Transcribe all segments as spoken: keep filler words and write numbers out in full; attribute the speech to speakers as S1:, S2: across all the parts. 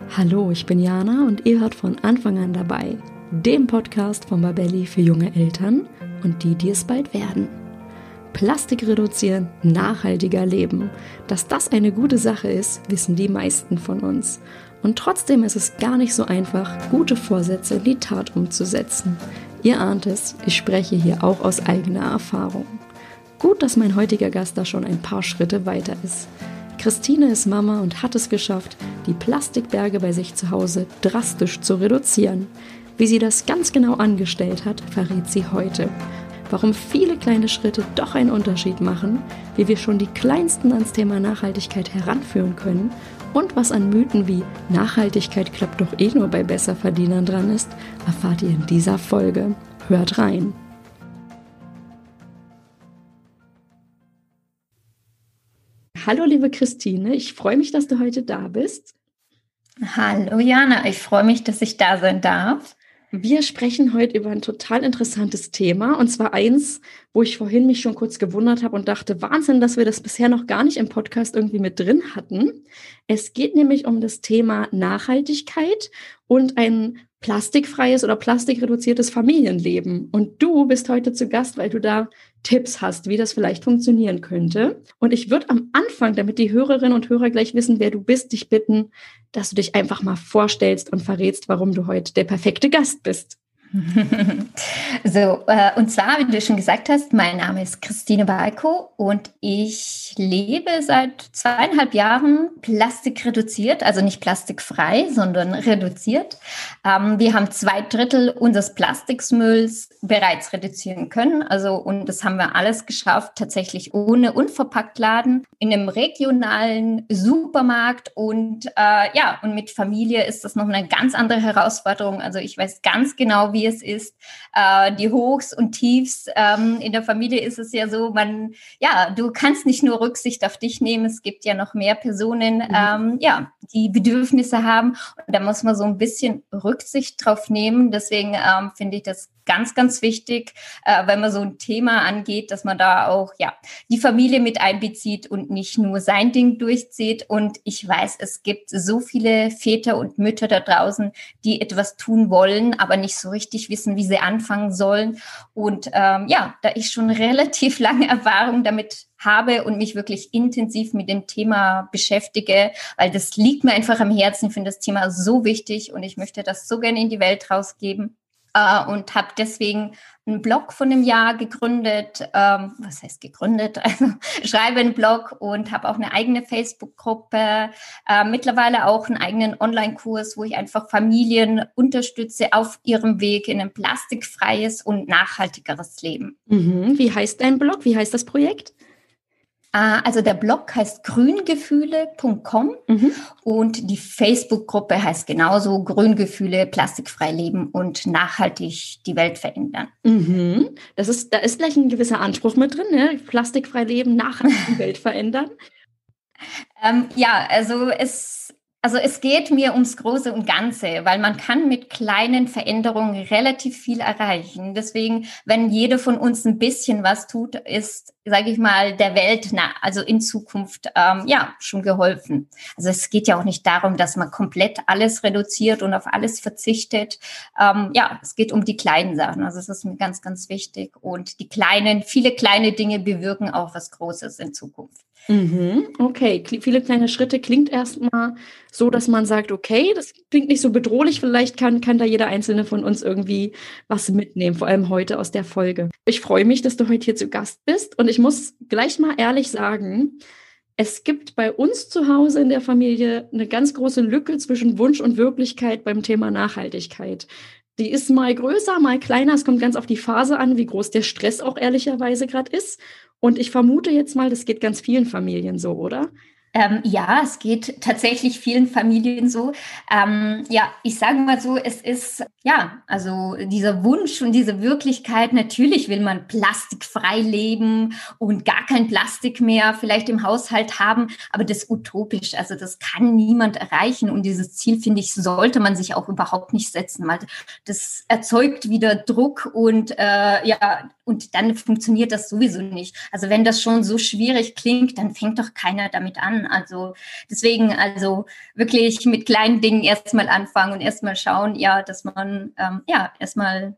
S1: Hallo, ich bin Jana und ihr hört von Anfang an dabei, dem Podcast von Babelli für junge Eltern und die, die es bald werden. Plastik reduzieren, nachhaltiger leben. Dass das eine gute Sache ist, wissen die meisten von uns. Und trotzdem ist es gar nicht so einfach, gute Vorsätze in die Tat umzusetzen. Ihr ahnt es, ich spreche hier auch aus eigener Erfahrung. Gut, dass mein heutiger Gast da schon ein paar Schritte weiter ist. Christine ist Mama und hat es geschafft, die Plastikberge bei sich zu Hause drastisch zu reduzieren. Wie sie das ganz genau angestellt hat, verrät sie heute. Warum viele kleine Schritte doch einen Unterschied machen, wie wir schon die kleinsten ans Thema Nachhaltigkeit heranführen können und was an Mythen wie Nachhaltigkeit klappt doch eh nur bei Besserverdienern dran ist, erfahrt ihr in dieser Folge. Hört rein! Hallo liebe Christine, ich freue mich, dass du heute da bist.
S2: Hallo Jana, ich freue mich, dass ich da sein darf.
S1: Wir sprechen heute über ein total interessantes Thema und zwar eins, wo ich vorhin mich schon kurz gewundert habe und dachte, Wahnsinn, dass wir das bisher noch gar nicht im Podcast irgendwie mit drin hatten. Es geht nämlich um das Thema Nachhaltigkeit und ein plastikfreies oder plastikreduziertes Familienleben. Und du bist heute zu Gast, weil du da Tipps hast, wie das vielleicht funktionieren könnte. Und ich würde am Anfang, damit die Hörerinnen und Hörer gleich wissen, wer du bist, dich bitten, dass du dich einfach mal vorstellst und verrätst, warum du heute der perfekte Gast bist.
S2: So, äh, und zwar, wie du schon gesagt hast, mein Name ist Christine Balko und ich lebe seit zweieinhalb Jahren plastikreduziert, also nicht plastikfrei, sondern reduziert. Ähm, wir haben zwei Drittel unseres Plastikmülls bereits reduzieren können, also und das haben wir alles geschafft, tatsächlich ohne Unverpacktladen, in einem regionalen Supermarkt und äh, ja, und mit Familie ist das noch eine ganz andere Herausforderung. Also ich weiß ganz genau, wie wie es ist, äh, die Hochs und Tiefs. Ähm, in der Familie ist es ja so, man, ja, du kannst nicht nur Rücksicht auf dich nehmen, es gibt ja noch mehr Personen, mhm. ähm, ja, die Bedürfnisse haben und da muss man so ein bisschen Rücksicht drauf nehmen. Deswegen ähm, finde ich das ganz, ganz wichtig, äh, wenn man so ein Thema angeht, dass man da auch, ja, die Familie mit einbezieht und nicht nur sein Ding durchzieht. Und ich weiß, es gibt so viele Väter und Mütter da draußen, die etwas tun wollen, aber nicht so richtig wissen, wie sie anfangen sollen. Und ähm, ja, da ich schon relativ lange Erfahrung damit habe und mich wirklich intensiv mit dem Thema beschäftige, weil das liegt mir einfach am Herzen. Ich finde das Thema so wichtig und ich möchte das so gerne in die Welt rausgeben. Uh, und habe deswegen einen Blog von einem Jahr gegründet. Ähm, was heißt gegründet? Also schreibe einen Blog und habe auch eine eigene Facebook-Gruppe. Äh, mittlerweile auch einen eigenen Online-Kurs, wo ich einfach Familien unterstütze auf ihrem Weg in ein plastikfreies und nachhaltigeres Leben.
S1: Mhm. Wie heißt dein Blog? Wie heißt das Projekt?
S2: Also der Blog heißt grüngefühle punkt com mhm. und die Facebook-Gruppe heißt genauso Grüngefühle, plastikfrei leben und nachhaltig die Welt verändern.
S1: Mhm. Das ist, da ist gleich ein gewisser Anspruch mit drin, ne? Plastikfrei leben, nachhaltig die Welt verändern.
S2: ähm, ja, also es... Also es geht mir ums Große und Ganze, weil man kann mit kleinen Veränderungen relativ viel erreichen. Deswegen, wenn jeder von uns ein bisschen was tut, ist, sage ich mal, der Welt, na, also in Zukunft, ähm, ja, schon geholfen. Also es geht ja auch nicht darum, dass man komplett alles reduziert und auf alles verzichtet. Ähm, ja, es geht um die kleinen Sachen. Also es ist mir ganz, ganz wichtig. Und die kleinen, viele kleine Dinge bewirken auch was Großes in Zukunft.
S1: Mhm, okay, viele kleine Schritte klingt erstmal so, dass man sagt, okay, das klingt nicht so bedrohlich, vielleicht kann, kann da jeder Einzelne von uns irgendwie was mitnehmen, vor allem heute aus der Folge. Ich freue mich, dass du heute hier zu Gast bist und ich muss gleich mal ehrlich sagen, es gibt bei uns zu Hause in der Familie eine ganz große Lücke zwischen Wunsch und Wirklichkeit beim Thema Nachhaltigkeit. Die ist mal größer, mal kleiner. Es kommt ganz auf die Phase an, wie groß der Stress auch ehrlicherweise gerade ist. Und ich vermute jetzt mal, das geht ganz vielen Familien so, oder?
S2: Ähm, ja, es geht tatsächlich vielen Familien so. Ähm, ja, ich sage mal so, es ist, ja, also dieser Wunsch und diese Wirklichkeit, natürlich will man plastikfrei leben und gar kein Plastik mehr vielleicht im Haushalt haben, aber das ist utopisch, also das kann niemand erreichen und dieses Ziel, finde ich, sollte man sich auch überhaupt nicht setzen, weil das erzeugt wieder Druck und äh, ja, und dann funktioniert das sowieso nicht. Also wenn das schon so schwierig klingt, dann fängt doch keiner damit an. Also deswegen, also wirklich mit kleinen Dingen erstmal anfangen und erstmal schauen, ja, dass man ähm, ja erstmal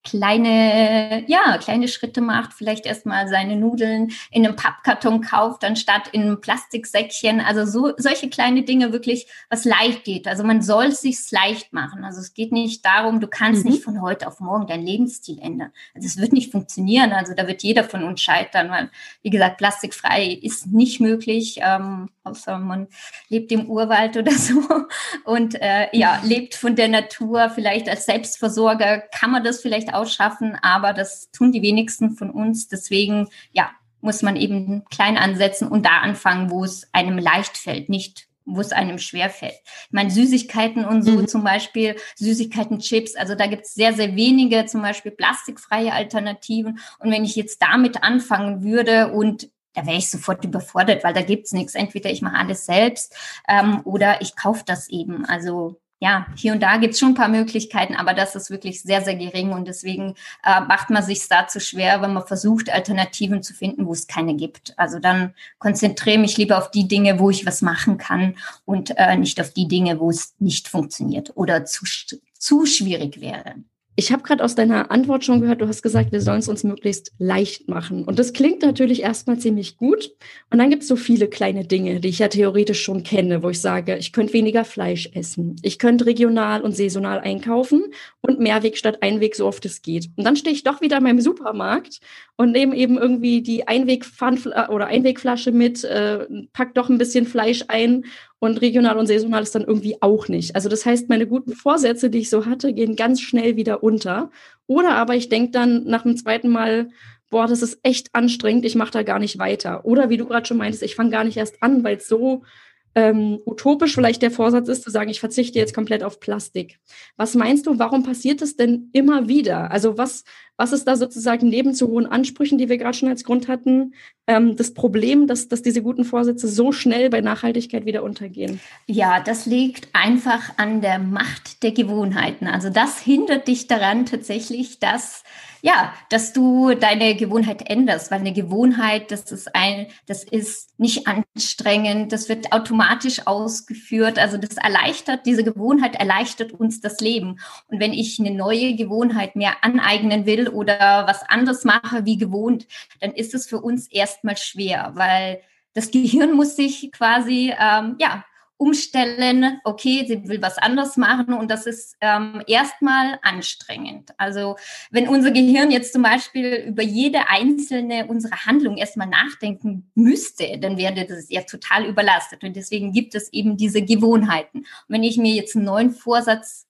S2: kleine, ja, kleine Schritte macht, vielleicht erstmal seine Nudeln in einem Pappkarton kauft, anstatt in einem Plastiksäckchen. Also so solche kleine Dinge wirklich, was leicht geht. Also man soll es sich leicht machen. Also es geht nicht darum, du kannst
S1: Mhm.
S2: nicht von heute auf morgen deinen Lebensstil ändern. Also es wird nicht funktionieren. Also da wird jeder von uns scheitern, weil, wie gesagt, plastikfrei ist nicht möglich, ähm, außer man lebt im Urwald oder so und äh, ja, lebt von der Natur. Vielleicht als Selbstversorger kann man das vielleicht ausschaffen, aber das tun die wenigsten von uns. Deswegen, ja, muss man eben klein ansetzen und da anfangen, wo es einem leicht fällt, nicht wo es einem schwer fällt. Ich meine, Süßigkeiten und so, mhm. zum Beispiel Süßigkeiten, Chips, also da gibt es sehr, sehr wenige, zum Beispiel plastikfreie Alternativen. Und wenn ich jetzt damit anfangen würde und da wäre ich sofort überfordert, weil da gibt's nichts. Entweder ich mache alles selbst ähm, oder ich kaufe das eben. Also ja, hier und da gibt's schon ein paar Möglichkeiten, aber das ist wirklich sehr, sehr gering und deswegen äh, macht man sich da zu schwer, wenn man versucht, Alternativen zu finden, wo es keine gibt. Also dann konzentriere mich lieber auf die Dinge, wo ich was machen kann und äh, nicht auf die Dinge, wo es nicht funktioniert oder zu, zu schwierig wäre.
S1: Ich habe gerade aus deiner Antwort schon gehört, du hast gesagt, wir sollen es uns möglichst leicht machen. Und das klingt natürlich erstmal ziemlich gut. Und dann gibt es so viele kleine Dinge, die ich ja theoretisch schon kenne, wo ich sage, ich könnte weniger Fleisch essen. Ich könnte regional und saisonal einkaufen und Mehrweg statt Einweg, so oft es geht. Und dann stehe ich doch wieder in meinem Supermarkt und nehme eben irgendwie die Einwegpfand- oder Einwegflasche mit, äh, pack doch ein bisschen Fleisch ein. Und regional und saisonal ist dann irgendwie auch nicht. Also das heißt, meine guten Vorsätze, die ich so hatte, gehen ganz schnell wieder unter. Oder aber ich denke dann nach dem zweiten Mal, boah, das ist echt anstrengend, ich mache da gar nicht weiter. Oder wie du gerade schon meintest, ich fange gar nicht erst an, weil es so ähm, utopisch vielleicht der Vorsatz ist, zu sagen, ich verzichte jetzt komplett auf Plastik. Was meinst du, warum passiert das denn immer wieder? Also was, was ist da sozusagen neben zu hohen Ansprüchen, die wir gerade schon als Grund hatten, ähm, das Problem, dass, dass diese guten Vorsätze so schnell bei Nachhaltigkeit wieder untergehen?
S2: Ja, das liegt einfach an der Macht der Gewohnheiten. Also das hindert dich daran tatsächlich, dass ja, dass du deine Gewohnheit änderst, weil eine Gewohnheit, das ist ein, das ist nicht anstrengend, das wird automatisch ausgeführt. Also das erleichtert, diese Gewohnheit erleichtert uns das Leben. Und wenn ich eine neue Gewohnheit mir aneignen will oder was anderes mache wie gewohnt, dann ist es für uns erstmal schwer, weil das Gehirn muss sich quasi, ähm, ja, umstellen, okay, sie will was anderes machen und das ist ähm, erstmal anstrengend. Also wenn unser Gehirn jetzt zum Beispiel über jede einzelne unserer Handlung erstmal nachdenken müsste, dann wäre das ja total überlastet und deswegen gibt es eben diese Gewohnheiten. Und wenn ich mir jetzt einen neuen Vorsatz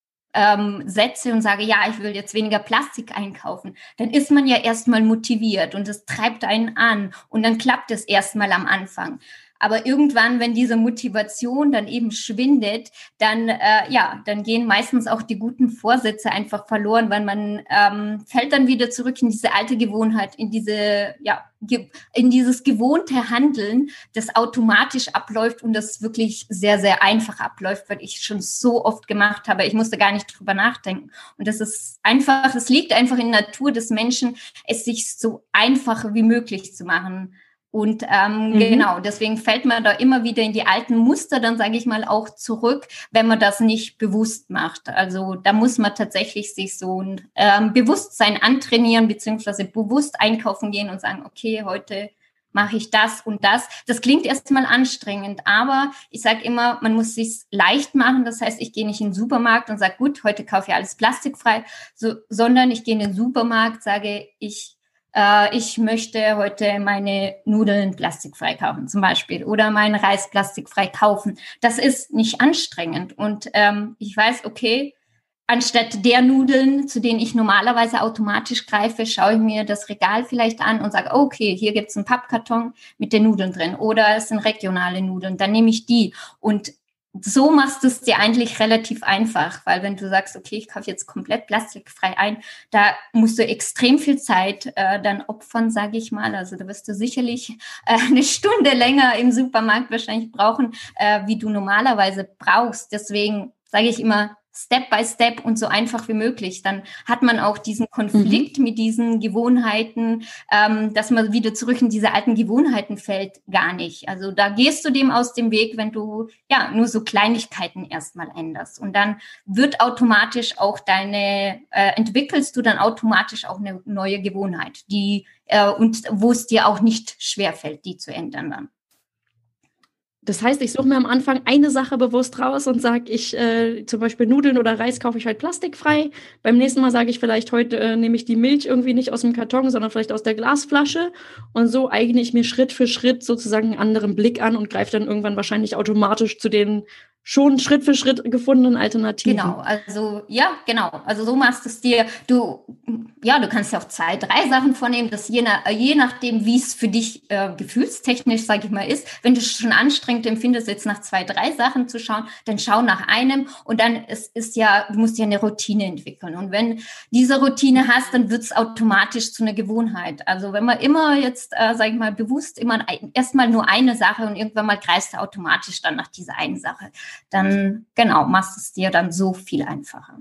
S2: ähm, setze und sage, ja, ich will jetzt weniger Plastik einkaufen, dann ist man ja erstmal motiviert und es treibt einen an und dann klappt es erstmal am Anfang. Aber irgendwann, wenn diese Motivation dann eben schwindet, dann äh, ja, dann gehen meistens auch die guten Vorsätze einfach verloren, weil man ähm, fällt dann wieder zurück in diese alte Gewohnheit, in diese ja ge- in dieses gewohnte Handeln, das automatisch abläuft und das wirklich sehr sehr einfach abläuft, weil ich schon so oft gemacht habe. Ich musste gar nicht drüber nachdenken. Und das ist einfach, es liegt einfach in der Natur des Menschen, es sich so einfach wie möglich zu machen. Und ähm, mhm. genau, deswegen fällt man da immer wieder in die alten Muster, dann sage ich mal, auch zurück, wenn man das nicht bewusst macht. Also da muss man tatsächlich sich so ein ähm, Bewusstsein antrainieren, beziehungsweise bewusst einkaufen gehen und sagen, okay, heute mache ich das und das. Das klingt erstmal anstrengend, aber ich sage immer, man muss sich's leicht machen. Das heißt, ich gehe nicht in den Supermarkt und sage, gut, heute kaufe ich alles plastikfrei, so, sondern ich gehe in den Supermarkt, sage ich, ich möchte heute meine Nudeln plastikfrei kaufen zum Beispiel oder meinen Reis plastikfrei kaufen. Das ist nicht anstrengend und ähm, ich weiß, okay, anstatt der Nudeln, zu denen ich normalerweise automatisch greife, schaue ich mir das Regal vielleicht an und sage, okay, hier gibt es einen Pappkarton mit den Nudeln drin oder es sind regionale Nudeln, dann nehme ich die und so machst du es dir eigentlich relativ einfach, weil wenn du sagst, okay, ich kaufe jetzt komplett plastikfrei ein, da musst du extrem viel Zeit äh, dann opfern, sage ich mal. Also da wirst du sicherlich äh, eine Stunde länger im Supermarkt wahrscheinlich brauchen, äh, wie du normalerweise brauchst. Deswegen sage ich immer, Step by Step und so einfach wie möglich. Dann hat man auch diesen Konflikt mhm. mit diesen Gewohnheiten, ähm, dass man wieder zurück in diese alten Gewohnheiten fällt, gar nicht. Also da gehst du dem aus dem Weg, wenn du ja nur so Kleinigkeiten erstmal änderst. Und dann wird automatisch auch deine, äh, entwickelst du dann automatisch auch eine neue Gewohnheit, die äh, und wo es dir auch nicht schwerfällt, die zu ändern dann.
S1: Das heißt, ich suche mir am Anfang eine Sache bewusst raus und sage, ich äh, zum Beispiel Nudeln oder Reis kaufe ich halt plastikfrei. Beim nächsten Mal sage ich vielleicht, heute äh, nehme ich die Milch irgendwie nicht aus dem Karton, sondern vielleicht aus der Glasflasche. Und so eigne ich mir Schritt für Schritt sozusagen einen anderen Blick an und greife dann irgendwann wahrscheinlich automatisch zu den schon Schritt für Schritt gefundenen Alternativen.
S2: Genau, also ja, genau. Also so machst du es dir. Du, ja, du kannst ja auch zwei, drei Sachen vornehmen, das je, nach, je nachdem, wie es für dich äh, gefühlstechnisch, sage ich mal, ist. Wenn du es schon anstrengend empfindest, jetzt nach zwei, drei Sachen zu schauen, dann schau nach einem und dann ist, ist ja, du musst ja eine Routine entwickeln. Und wenn diese Routine hast, dann wird es automatisch zu einer Gewohnheit. Also wenn man immer jetzt, äh, sage ich mal, bewusst immer erstmal nur eine Sache und irgendwann mal greifst du automatisch dann nach dieser einen Sache. Dann, genau, machst es dir dann so viel einfacher.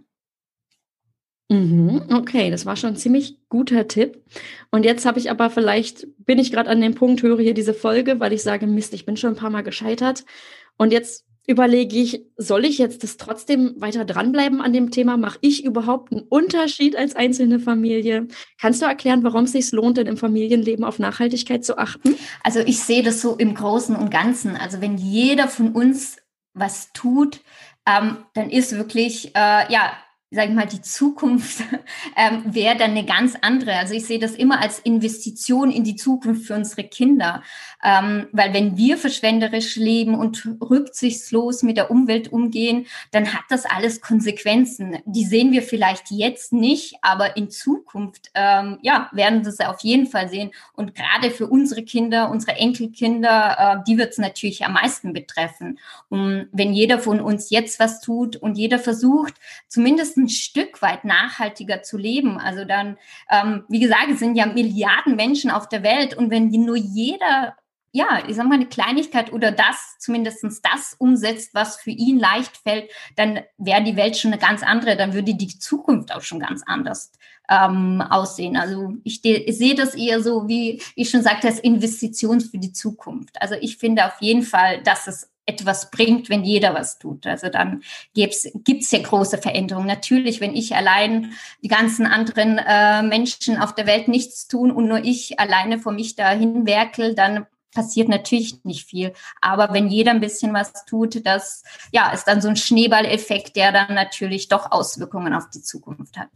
S1: Mhm, okay, das war schon ein ziemlich guter Tipp. Und jetzt habe ich aber vielleicht, bin ich gerade an dem Punkt, höre hier diese Folge, weil ich sage, Mist, ich bin schon ein paar Mal gescheitert. Und jetzt überlege ich, soll ich jetzt das trotzdem weiter dranbleiben an dem Thema? Mache ich überhaupt einen Unterschied als einzelne Familie? Kannst du erklären, warum es sich lohnt, denn im Familienleben auf Nachhaltigkeit zu achten?
S2: Also ich sehe das so im Großen und Ganzen. Also wenn jeder von uns was tut, ähm, dann ist wirklich, äh, ja, sage ich mal, die Zukunft ähm, wäre dann eine ganz andere. Also ich sehe das immer als Investition in die Zukunft für unsere Kinder. Ähm, weil wenn wir verschwenderisch leben und rücksichtslos mit der Umwelt umgehen, dann hat das alles Konsequenzen. Die sehen wir vielleicht jetzt nicht, aber in Zukunft ähm, ja, werden wir sie auf jeden Fall sehen. Und gerade für unsere Kinder, unsere Enkelkinder, äh, die wird es natürlich am meisten betreffen. Und wenn jeder von uns jetzt was tut und jeder versucht, zumindest ein Stück weit nachhaltiger zu leben, also dann, ähm, wie gesagt, es sind ja Milliarden Menschen auf der Welt und wenn nur jeder ja, ich sag mal, eine Kleinigkeit oder das, zumindestens das umsetzt, was für ihn leicht fällt, dann wäre die Welt schon eine ganz andere, dann würde die Zukunft auch schon ganz anders ähm, aussehen. Also ich, de- ich sehe das eher so, wie ich schon sagte, als Investition für die Zukunft. Also ich finde auf jeden Fall, dass es etwas bringt, wenn jeder was tut. Also dann gibt's gibt's ja große Veränderungen. Natürlich, wenn ich allein die ganzen anderen äh, Menschen auf der Welt nichts tun und nur ich alleine vor mich dahin werkel, dann passiert natürlich nicht viel. Aber wenn jeder ein bisschen was tut, das ja, ist dann so ein Schneeballeffekt, der dann natürlich doch Auswirkungen auf die Zukunft hat.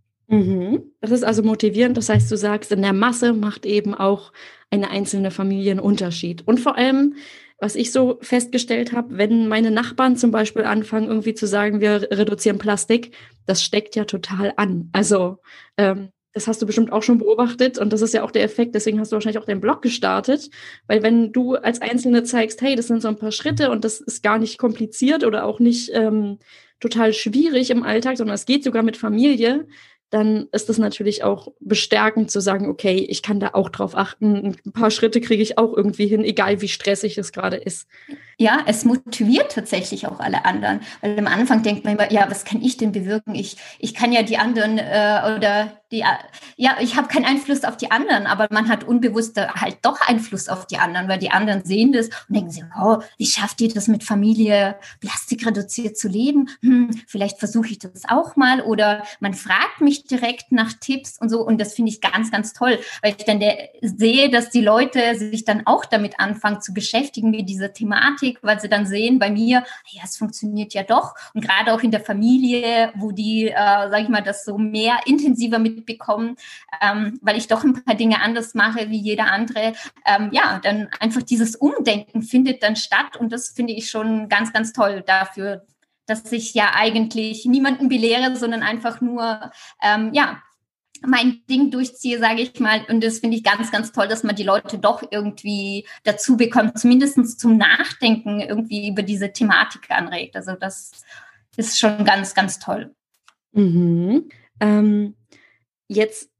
S1: Mhm. Das ist also motivierend. Das heißt, du sagst, in der Masse macht eben auch eine einzelne Familie einen Unterschied. Und vor allem, was ich so festgestellt habe, wenn meine Nachbarn zum Beispiel anfangen, irgendwie zu sagen, wir reduzieren Plastik, das steckt ja total an. Also ähm, das hast du bestimmt auch schon beobachtet und das ist ja auch der Effekt, deswegen hast du wahrscheinlich auch deinen Blog gestartet, weil wenn du als Einzelne zeigst, hey, das sind so ein paar Schritte und das ist gar nicht kompliziert oder auch nicht ähm, total schwierig im Alltag, sondern es geht sogar mit Familie, dann ist es natürlich auch bestärkend zu sagen, okay, ich kann da auch drauf achten, ein paar Schritte kriege ich auch irgendwie hin, egal wie stressig es gerade ist.
S2: Ja, es motiviert tatsächlich auch alle anderen, weil am Anfang denkt man immer, ja, was kann ich denn bewirken? Ich, ich kann ja die anderen äh, oder die, ja, ich habe keinen Einfluss auf die anderen, aber man hat unbewusst halt doch Einfluss auf die anderen, weil die anderen sehen das und denken sich, oh, wie schafft ihr das mit Familie plastikreduziert zu leben? Hm, vielleicht versuche ich das auch mal oder man fragt mich direkt nach Tipps und so und das finde ich ganz, ganz toll, weil ich dann der, sehe, dass die Leute sich dann auch damit anfangen zu beschäftigen mit dieser Thematik, weil sie dann sehen bei mir, ja, es funktioniert ja doch. Und gerade auch in der Familie, wo die, äh, sage ich mal, das so mehr intensiver mitbekommen, ähm, weil ich doch ein paar Dinge anders mache wie jeder andere. Ähm, ja, dann einfach dieses Umdenken findet dann statt und das finde ich schon ganz, ganz toll dafür, dass ich ja eigentlich niemanden belehre, sondern einfach nur, ähm, ja, mein Ding durchziehe, sage ich mal. Und das finde ich ganz, ganz toll, dass man die Leute doch irgendwie dazu bekommt, zumindest zum Nachdenken irgendwie über diese Thematik anregt. Also das ist schon ganz, ganz toll.
S1: Mhm. Ähm, jetzt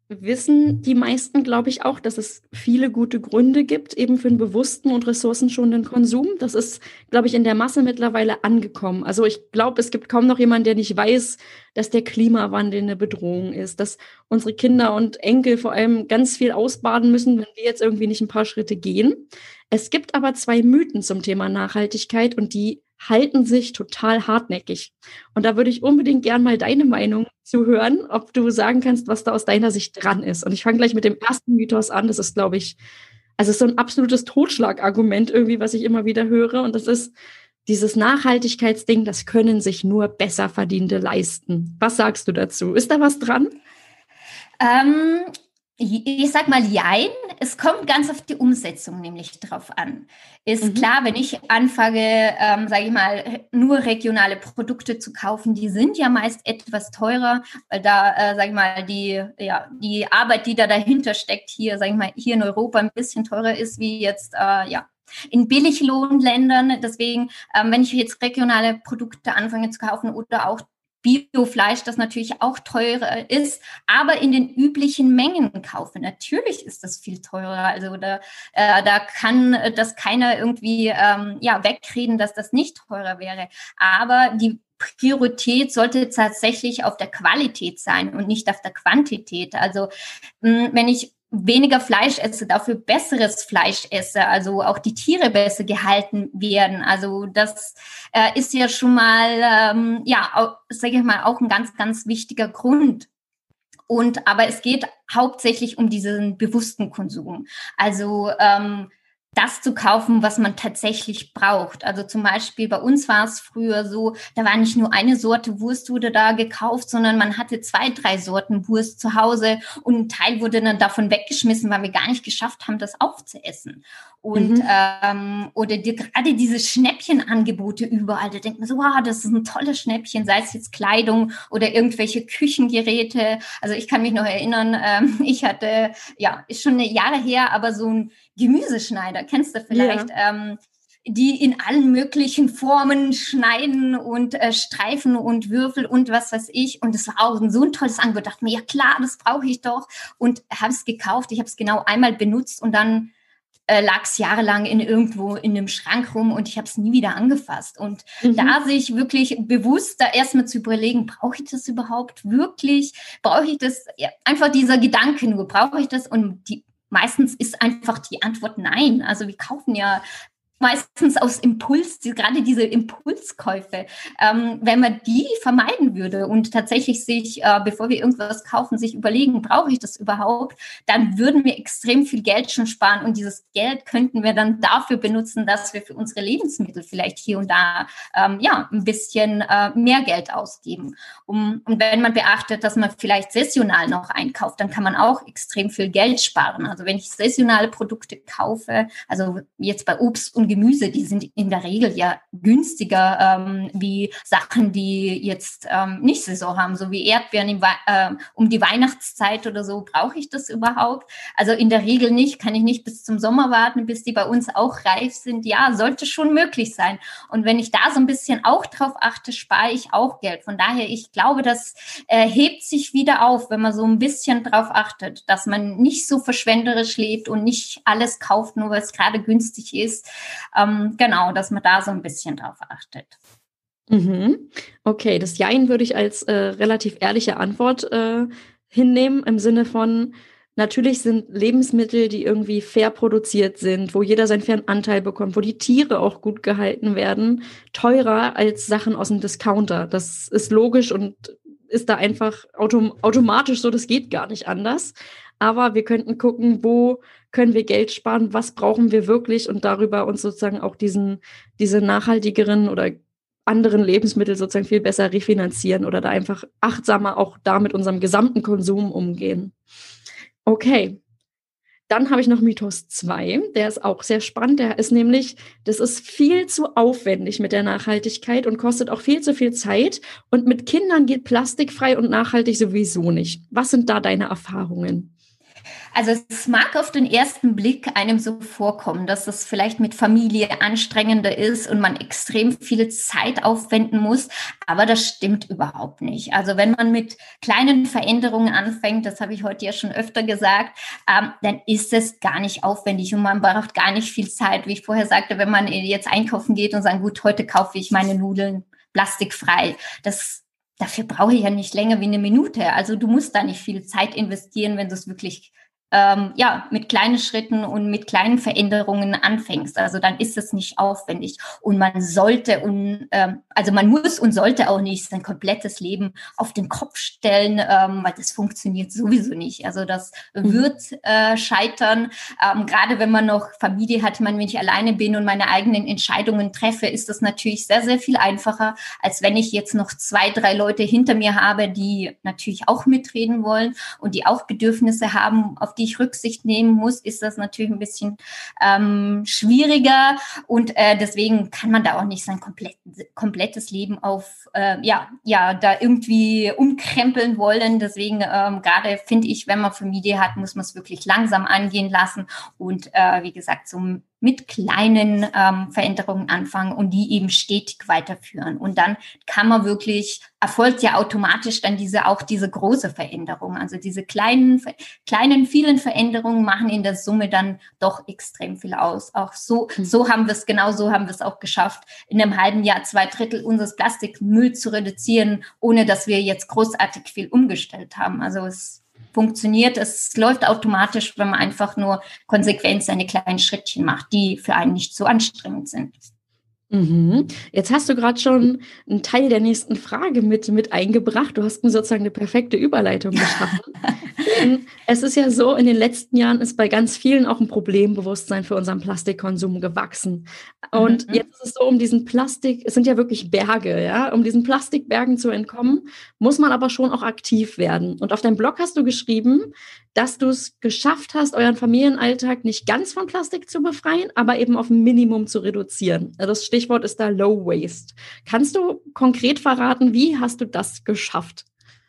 S1: wissen die meisten, glaube ich, auch, dass es viele gute Gründe gibt, eben für einen bewussten und ressourcenschonenden Konsum. Das ist, glaube ich, in der Masse mittlerweile angekommen. Also ich glaube, es gibt kaum noch jemanden, der nicht weiß, dass der Klimawandel eine Bedrohung ist, dass unsere Kinder und Enkel vor allem ganz viel ausbaden müssen, wenn wir jetzt irgendwie nicht ein paar Schritte gehen. Es gibt aber zwei Mythen zum Thema Nachhaltigkeit und die halten sich total hartnäckig. Und da würde ich unbedingt gern mal deine Meinung zu hören, ob du sagen kannst, was da aus deiner Sicht dran ist. Und ich fange gleich mit dem ersten Mythos an. Das ist, glaube ich, also es ist so ein absolutes Totschlagargument irgendwie, was ich immer wieder höre. Und das ist dieses Nachhaltigkeitsding, das können sich nur besser Verdienende leisten. Was sagst du dazu? Ist da was dran?
S2: Ähm, ich sag mal jein, es kommt ganz auf die Umsetzung nämlich drauf an. Ist mhm. klar, wenn ich anfange, ähm, sage ich mal, nur regionale Produkte zu kaufen, die sind ja meist etwas teurer, weil da, äh, sage ich mal, die, ja, die Arbeit, die da dahinter steckt, hier, sage ich mal, hier in Europa ein bisschen teurer ist, wie jetzt, äh, ja, in Billiglohnländern. Deswegen, ähm, wenn ich jetzt regionale Produkte anfange zu kaufen oder auch Biofleisch, das natürlich auch teurer ist, aber in den üblichen Mengen kaufe. Natürlich ist das viel teurer. Also da, äh, da kann das keiner irgendwie ähm, ja, wegreden, dass das nicht teurer wäre. Aber die Priorität sollte tatsächlich auf der Qualität sein und nicht auf der Quantität. Also mh, wenn ich weniger Fleisch esse, dafür besseres Fleisch esse, also auch die Tiere besser gehalten werden. Also das äh, ist ja schon mal, ähm, ja, sage ich mal, auch ein ganz, ganz wichtiger Grund. Und aber es geht hauptsächlich um diesen bewussten Konsum. Also ähm, das zu kaufen, was man tatsächlich braucht. Also zum Beispiel bei uns war es früher so, da war nicht nur eine Sorte Wurst wurde da gekauft, sondern man hatte zwei, drei Sorten Wurst zu Hause und ein Teil wurde dann davon weggeschmissen, weil wir gar nicht geschafft haben, das aufzuessen. Und mhm. ähm, oder die, gerade diese Schnäppchenangebote überall, da denkt man so, wow, das ist ein tolles Schnäppchen, sei es jetzt Kleidung oder irgendwelche Küchengeräte. Also ich kann mich noch erinnern, ähm, ich hatte, ja, ist schon eine Jahre her, aber so ein Gemüseschneider, kennst du vielleicht, ja. ähm, die in allen möglichen Formen schneiden und äh, Streifen und Würfel und was weiß ich. Und das war auch so ein tolles Angebot. Ich dachte mir, ja klar, das brauche ich doch. Und habe es gekauft. Ich habe es genau einmal benutzt und dann äh, lag es jahrelang in irgendwo in einem Schrank rum und ich habe es nie wieder angefasst. Und mhm. da sich wirklich bewusst da erstmal zu überlegen, brauche ich das überhaupt wirklich? Brauche ich das? Ja, einfach dieser Gedanke nur, brauche ich das? Und die meistens ist einfach die Antwort nein. Also wir kaufen ja meistens aus Impuls, die, gerade diese Impulskäufe, ähm, wenn man die vermeiden würde und tatsächlich sich, äh, bevor wir irgendwas kaufen, sich überlegen, brauche ich das überhaupt, dann würden wir extrem viel Geld schon sparen und dieses Geld könnten wir dann dafür benutzen, dass wir für unsere Lebensmittel vielleicht hier und da ähm, ja ein bisschen äh, mehr Geld ausgeben. Um, und wenn man beachtet, dass man vielleicht saisonal noch einkauft, dann kann man auch extrem viel Geld sparen. Also wenn ich saisonale Produkte kaufe, also jetzt bei Obst und Gemüse, die sind in der Regel ja günstiger ähm, wie Sachen, die jetzt ähm, nicht Saison haben, so wie Erdbeeren im We- äh, um die Weihnachtszeit oder so. Brauche ich das überhaupt? Also in der Regel nicht, kann ich nicht bis zum Sommer warten, bis die bei uns auch reif sind. Ja, sollte schon möglich sein. Und wenn ich da so ein bisschen auch drauf achte, spare ich auch Geld. Von daher, ich glaube, das äh, hebt sich wieder auf, wenn man so ein bisschen drauf achtet, dass man nicht so verschwenderisch lebt und nicht alles kauft, nur weil es gerade günstig ist. Ähm, genau, dass man da so ein bisschen drauf achtet.
S1: Mhm. Okay, das Jein würde ich als äh, relativ ehrliche Antwort äh, hinnehmen, im Sinne von, natürlich sind Lebensmittel, die irgendwie fair produziert sind, wo jeder seinen fairen Anteil bekommt, wo die Tiere auch gut gehalten werden, teurer als Sachen aus dem Discounter. Das ist logisch und ist da einfach autom- automatisch so, das geht gar nicht anders. Aber wir könnten gucken, wo können wir Geld sparen, was brauchen wir wirklich und darüber uns sozusagen auch diesen, diese nachhaltigeren oder anderen Lebensmittel sozusagen viel besser refinanzieren oder da einfach achtsamer auch da mit unserem gesamten Konsum umgehen. Okay, dann habe ich noch Mythos zwei, der ist auch sehr spannend, der ist nämlich, das ist viel zu aufwendig mit der Nachhaltigkeit und kostet auch viel zu viel Zeit und mit Kindern geht plastikfrei und nachhaltig sowieso nicht. Was sind da deine Erfahrungen?
S2: Also es mag auf den ersten Blick einem so vorkommen, dass es vielleicht mit Familie anstrengender ist und man extrem viel Zeit aufwenden muss, aber das stimmt überhaupt nicht. Also wenn man mit kleinen Veränderungen anfängt, das habe ich heute ja schon öfter gesagt, ähm, dann ist es gar nicht aufwendig und man braucht gar nicht viel Zeit. Wie ich vorher sagte, wenn man jetzt einkaufen geht und sagt, gut, heute kaufe ich meine Nudeln plastikfrei, das Dafür brauche ich ja nicht länger wie eine Minute. Also du musst da nicht viel Zeit investieren, wenn du es wirklich ähm, ja, mit kleinen Schritten und mit kleinen Veränderungen anfängst. Also dann ist es nicht aufwendig. Und man sollte, und, ähm, also man muss und sollte auch nicht sein komplettes Leben auf den Kopf stellen, ähm, weil das funktioniert sowieso nicht. Also das mhm. wird äh, scheitern. Ähm, gerade wenn man noch Familie hat, wenn ich alleine bin und meine eigenen Entscheidungen treffe, ist das natürlich sehr, sehr viel einfacher, als wenn ich jetzt noch zwei, drei Leute hinter mir habe, die natürlich auch mitreden wollen und die auch Bedürfnisse haben, auf die ich Rücksicht nehmen muss, ist das natürlich ein bisschen ähm, schwieriger und äh, deswegen kann man da auch nicht sein komplett, komplettes Leben auf, äh, ja, ja, da irgendwie umkrempeln wollen. Deswegen ähm, gerade finde ich, wenn man Familie hat, muss man es wirklich langsam angehen lassen und äh, wie gesagt, so mit kleinen ähm, Veränderungen anfangen und die eben stetig weiterführen. Und dann kann man wirklich, erfolgt ja automatisch dann diese auch diese große Veränderung. Also diese kleinen, kleinen, vielen Veränderungen machen in der Summe dann doch extrem viel aus. Auch so, mhm. so haben wir es, genau so haben wir es auch geschafft, in einem halben Jahr zwei Drittel unseres Plastikmülls zu reduzieren, ohne dass wir jetzt großartig viel umgestellt haben. Also es funktioniert, es läuft automatisch, wenn man einfach nur konsequent seine kleinen Schrittchen macht, die für einen nicht so anstrengend sind.
S1: Mhm. Jetzt hast du gerade schon einen Teil der nächsten Frage mit, mit eingebracht. Du hast mir sozusagen eine perfekte Überleitung geschaffen. Denn es ist ja so, in den letzten Jahren ist bei ganz vielen auch ein Problembewusstsein für unseren Plastikkonsum gewachsen. Und mhm. jetzt ist es so, um diesen Plastik, es sind ja wirklich Berge, ja, um diesen Plastikbergen zu entkommen, muss man aber schon auch aktiv werden. Und auf deinem Blog hast du geschrieben, dass du es geschafft hast, euren Familienalltag nicht ganz von Plastik zu befreien, aber eben auf ein Minimum zu reduzieren. Das Stichwort ist da Low Waste. Kannst du konkret verraten, wie hast du das geschafft?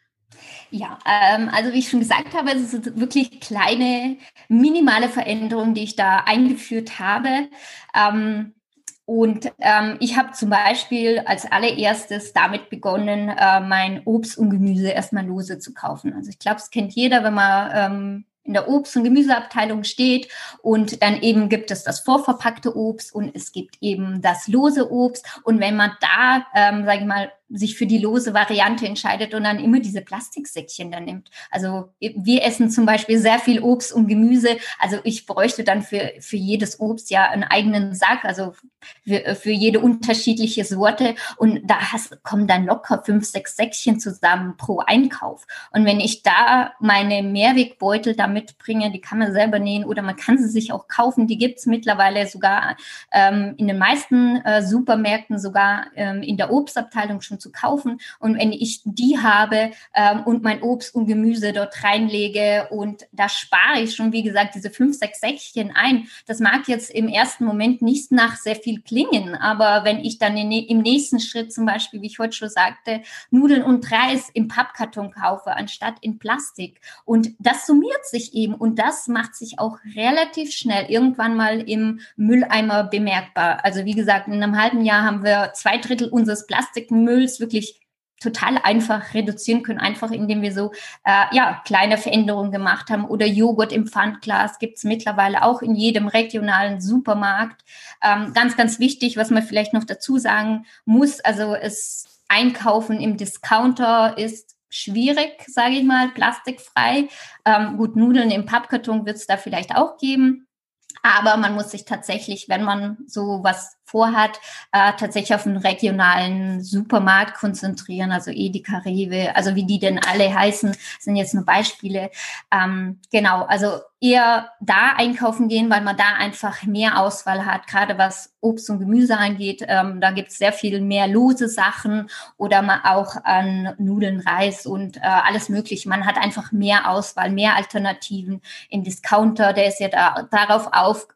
S2: Ja, ähm, also wie ich schon gesagt habe, es sind wirklich kleine, minimale Veränderungen, die ich da eingeführt habe. Ähm, Und ähm, ich habe zum Beispiel als allererstes damit begonnen, äh, mein Obst und Gemüse erstmal lose zu kaufen. Also ich glaube, es kennt jeder, wenn man ähm, in der Obst- und Gemüseabteilung steht und dann eben gibt es das vorverpackte Obst und es gibt eben das lose Obst. Und wenn man da, ähm, sage ich mal, sich für die lose Variante entscheidet und dann immer diese Plastiksäckchen dann nimmt. Also wir essen zum Beispiel sehr viel Obst und Gemüse. Also ich bräuchte dann für, für jedes Obst ja einen eigenen Sack, also für, für jede unterschiedliche Sorte. Und da hast, kommen dann locker fünf, sechs Säckchen zusammen pro Einkauf. Und wenn ich da meine Mehrwegbeutel da mitbringe, die kann man selber nähen oder man kann sie sich auch kaufen. Die gibt's mittlerweile sogar ähm, in den meisten äh, Supermärkten, sogar ähm, in der Obstabteilung schon zu kaufen. Und wenn ich die habe ähm, und mein Obst und Gemüse dort reinlege und da spare ich schon, wie gesagt, diese fünf, sechs Säckchen ein. Das mag jetzt im ersten Moment nicht nach sehr viel klingen, aber wenn ich dann in, im nächsten Schritt zum Beispiel, wie ich heute schon sagte, Nudeln und Reis im Pappkarton kaufe, anstatt in Plastik. Und das summiert sich eben und das macht sich auch relativ schnell irgendwann mal im Mülleimer bemerkbar. Also wie gesagt, in einem halben Jahr haben wir zwei Drittel unseres Plastikmülls wirklich total einfach reduzieren können, einfach indem wir so äh, ja kleine Veränderungen gemacht haben. Oder Joghurt im Pfandglas gibt es mittlerweile auch in jedem regionalen Supermarkt. Ähm, ganz, ganz wichtig, was man vielleicht noch dazu sagen muss, also es Einkaufen im Discounter ist schwierig, sage ich mal, plastikfrei. Ähm, gut, Nudeln im Pappkarton wird es da vielleicht auch geben. Aber man muss sich tatsächlich, wenn man so was vorhat, äh, tatsächlich auf einen regionalen Supermarkt konzentrieren, also Edeka, Rewe, also wie die denn alle heißen, sind jetzt nur Beispiele. Ähm, genau, also eher da einkaufen gehen, weil man da einfach mehr Auswahl hat, gerade was Obst und Gemüse angeht. Ähm, da gibt es sehr viel mehr lose Sachen oder man auch an Nudeln, Reis und äh, alles Mögliche. Man hat einfach mehr Auswahl, mehr Alternativen. Im Discounter, der ist ja da, darauf auf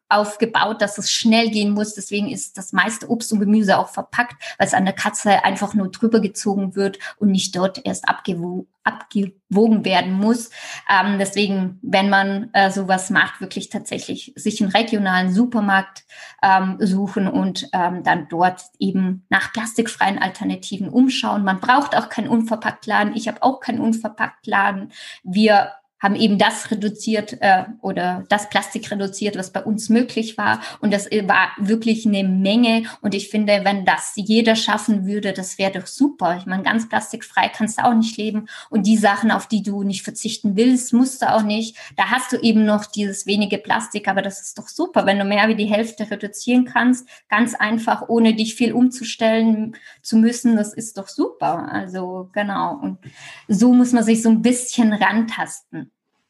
S2: aufgebaut, dass es schnell gehen muss. Deswegen ist das meiste Obst und Gemüse auch verpackt, weil es an der Katze einfach nur drüber gezogen wird und nicht dort erst abgewo- abgewogen werden muss. Ähm, deswegen, wenn man äh, sowas macht, wirklich tatsächlich sich einen regionalen Supermarkt ähm, suchen und ähm, dann dort eben nach plastikfreien Alternativen umschauen. Man braucht auch keinen Unverpacktladen. Ich habe auch keinen Unverpacktladen. Wir haben eben das reduziert äh, oder das Plastik reduziert, was bei uns möglich war. Und das war wirklich eine Menge. Und ich finde, wenn das jeder schaffen würde, das wäre doch super. Ich meine, ganz plastikfrei kannst du auch nicht leben. Und die Sachen, auf die du nicht verzichten willst, musst du auch nicht. Da hast du eben noch dieses wenige Plastik. Aber das ist doch super, wenn du mehr wie die Hälfte reduzieren kannst. Ganz einfach, ohne dich viel umzustellen zu müssen. Das ist doch super. Also genau. Und so muss man sich so ein bisschen rantasten.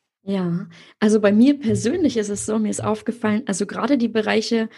S1: Ja, also bei mir persönlich ist es so, mir ist aufgefallen, also gerade die Bereiche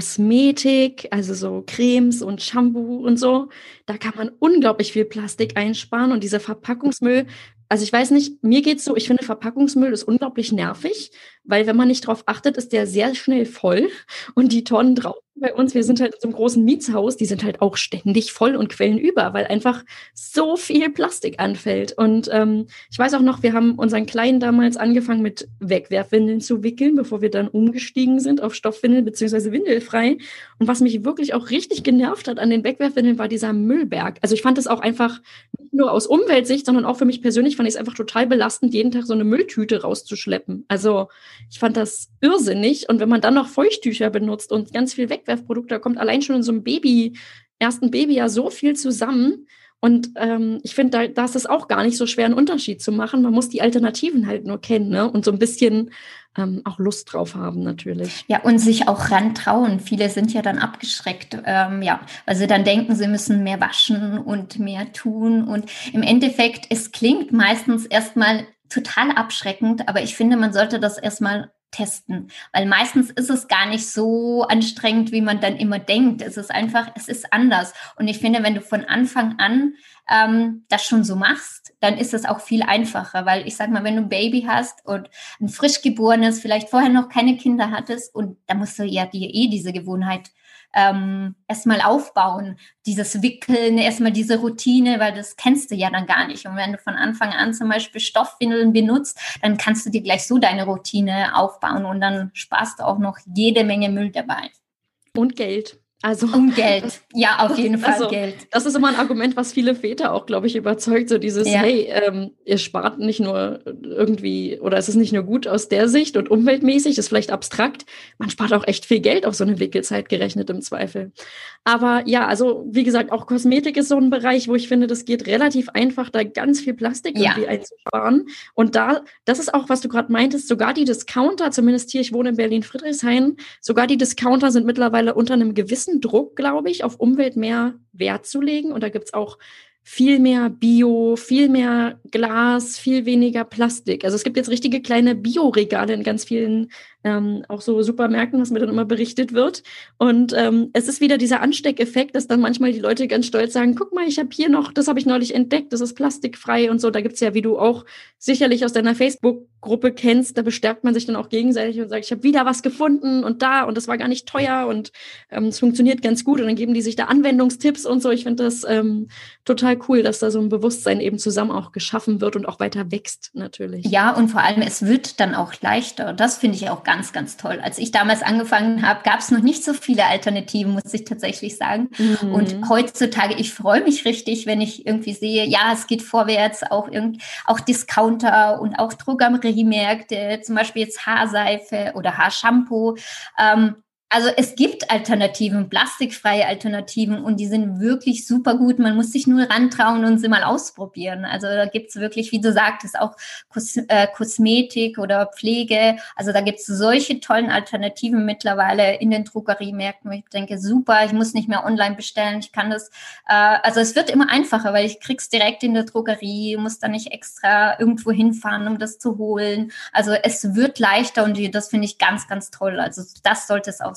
S1: Kosmetik, also so Cremes und Shampoo und so, da kann man unglaublich viel Plastik einsparen und dieser Verpackungsmüll, also ich weiß nicht, mir geht's so, ich finde Verpackungsmüll ist unglaublich nervig, weil wenn man nicht drauf achtet, ist der sehr schnell voll und die Tonnen draußen bei uns, wir sind halt in so einem großen Mietshaus, die sind halt auch ständig voll und quellen über, weil einfach so viel Plastik anfällt. Und ähm, ich weiß auch noch, wir haben unseren Kleinen damals angefangen mit Wegwerfwindeln zu wickeln, bevor wir dann umgestiegen sind auf Stoffwindeln beziehungsweise windelfrei. Und was mich wirklich auch richtig genervt hat an den Wegwerfwindeln, war dieser Müllberg. Also ich fand es auch einfach nicht nur aus Umweltsicht, sondern auch für mich persönlich fand ich es einfach total belastend, jeden Tag so eine Mülltüte rauszuschleppen. Also ich fand das irrsinnig. Und wenn man dann noch Feuchttücher benutzt und ganz viel Wegwerfprodukte, da kommt allein schon in so einem Baby, ersten Babyjahr so viel zusammen. Und ähm, ich finde, da, da ist es auch gar nicht so schwer, einen Unterschied zu machen. Man muss die Alternativen halt nur kennen, ne? Und so ein bisschen ähm, auch Lust drauf haben natürlich.
S2: Ja, und sich auch rantrauen. Viele sind ja dann abgeschreckt, ähm, ja, weil sie dann denken, sie müssen mehr waschen und mehr tun. Und im Endeffekt, es klingt meistens erstmal total abschreckend, aber ich finde, man sollte das erstmal testen, weil meistens ist es gar nicht so anstrengend, wie man dann immer denkt. Es ist einfach, es ist anders. Und ich finde, wenn du von Anfang an ähm, das schon so machst, dann ist es auch viel einfacher, weil ich sag mal, wenn du ein Baby hast und ein frisch geborenes, vielleicht vorher noch keine Kinder hattest und da musst du ja dir eh diese Gewohnheit ähm, erstmal aufbauen, dieses Wickeln, erstmal diese Routine, weil das kennst du ja dann gar nicht. Und wenn du von Anfang an zum Beispiel Stoffwindeln benutzt, dann kannst du dir gleich so deine Routine aufbauen und dann sparst du auch noch jede Menge Müll dabei.
S1: Und Geld. Also,
S2: um Geld, ja, auf jeden Fall
S1: also,
S2: Geld.
S1: Das ist immer ein Argument, was viele Väter auch, glaube ich, überzeugt. So dieses, ja. hey, ähm, ihr spart nicht nur irgendwie, oder es ist nicht nur gut aus der Sicht und umweltmäßig, ist vielleicht abstrakt, man spart auch echt viel Geld auf so eine Wickelzeit gerechnet im Zweifel. Aber ja, also wie gesagt, auch Kosmetik ist so ein Bereich, wo ich finde, das geht relativ einfach, da ganz viel Plastik irgendwie ja. einzusparen. Und da, das ist auch, was du gerade meintest, sogar die Discounter, zumindest hier, ich wohne in Berlin-Friedrichshain, sogar die Discounter sind mittlerweile unter einem gewissen Druck, glaube ich, auf Umwelt mehr Wert zu legen. Und da gibt es auch viel mehr Bio, viel mehr Glas, viel weniger Plastik. Also es gibt jetzt richtige kleine Bioregale in ganz vielen ähm, auch so Supermärkten, was mir dann immer berichtet wird. Und ähm, es ist wieder dieser Ansteckeffekt, dass dann manchmal die Leute ganz stolz sagen, guck mal, ich habe hier noch, das habe ich neulich entdeckt, das ist plastikfrei und so. Da gibt's ja, wie du auch sicherlich aus deiner Facebook-Gruppe kennst, da bestärkt man sich dann auch gegenseitig und sagt, ich habe wieder was gefunden und da und das war gar nicht teuer und ähm, es funktioniert ganz gut. Und dann geben die sich da Anwendungstipps und so. Ich finde das ähm, total cool, dass da so ein Bewusstsein eben zusammen auch geschaffen wird und auch weiter wächst natürlich.
S2: Ja, und vor allem, es wird dann auch leichter. Das finde ich auch ganz, ganz toll. Als ich damals angefangen habe, gab es noch nicht so viele Alternativen, muss ich tatsächlich sagen. Mhm. Und heutzutage, ich freue mich richtig, wenn ich irgendwie sehe, ja, es geht vorwärts, auch, irgend, auch Discounter und auch Drogeriemärkte, zum Beispiel jetzt Haarseife oder Haarshampoo. Ähm, Also es gibt Alternativen, plastikfreie Alternativen und die sind wirklich super gut. Man muss sich nur rantrauen und sie mal ausprobieren. Also da gibt's wirklich, wie du sagtest, auch Kos- äh, Kosmetik oder Pflege. Also da gibt's solche tollen Alternativen mittlerweile in den Drogeriemärkten. Ich denke, super, ich muss nicht mehr online bestellen. Ich kann das, äh, also es wird immer einfacher, weil ich krieg's direkt in der Drogerie, muss da nicht extra irgendwo hinfahren, um das zu holen. Also es wird leichter und das finde ich ganz, ganz toll. Also das sollte es auch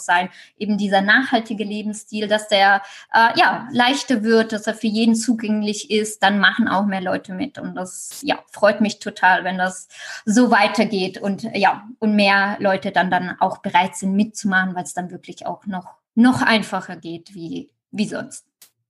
S2: sein, eben dieser nachhaltige Lebensstil, dass der äh, ja leichter wird, dass er für jeden zugänglich ist, dann machen auch mehr Leute mit. Und das ja freut mich total, wenn das so weitergeht und ja und mehr Leute dann dann auch bereit sind mitzumachen, weil es dann wirklich auch noch noch einfacher geht wie wie sonst.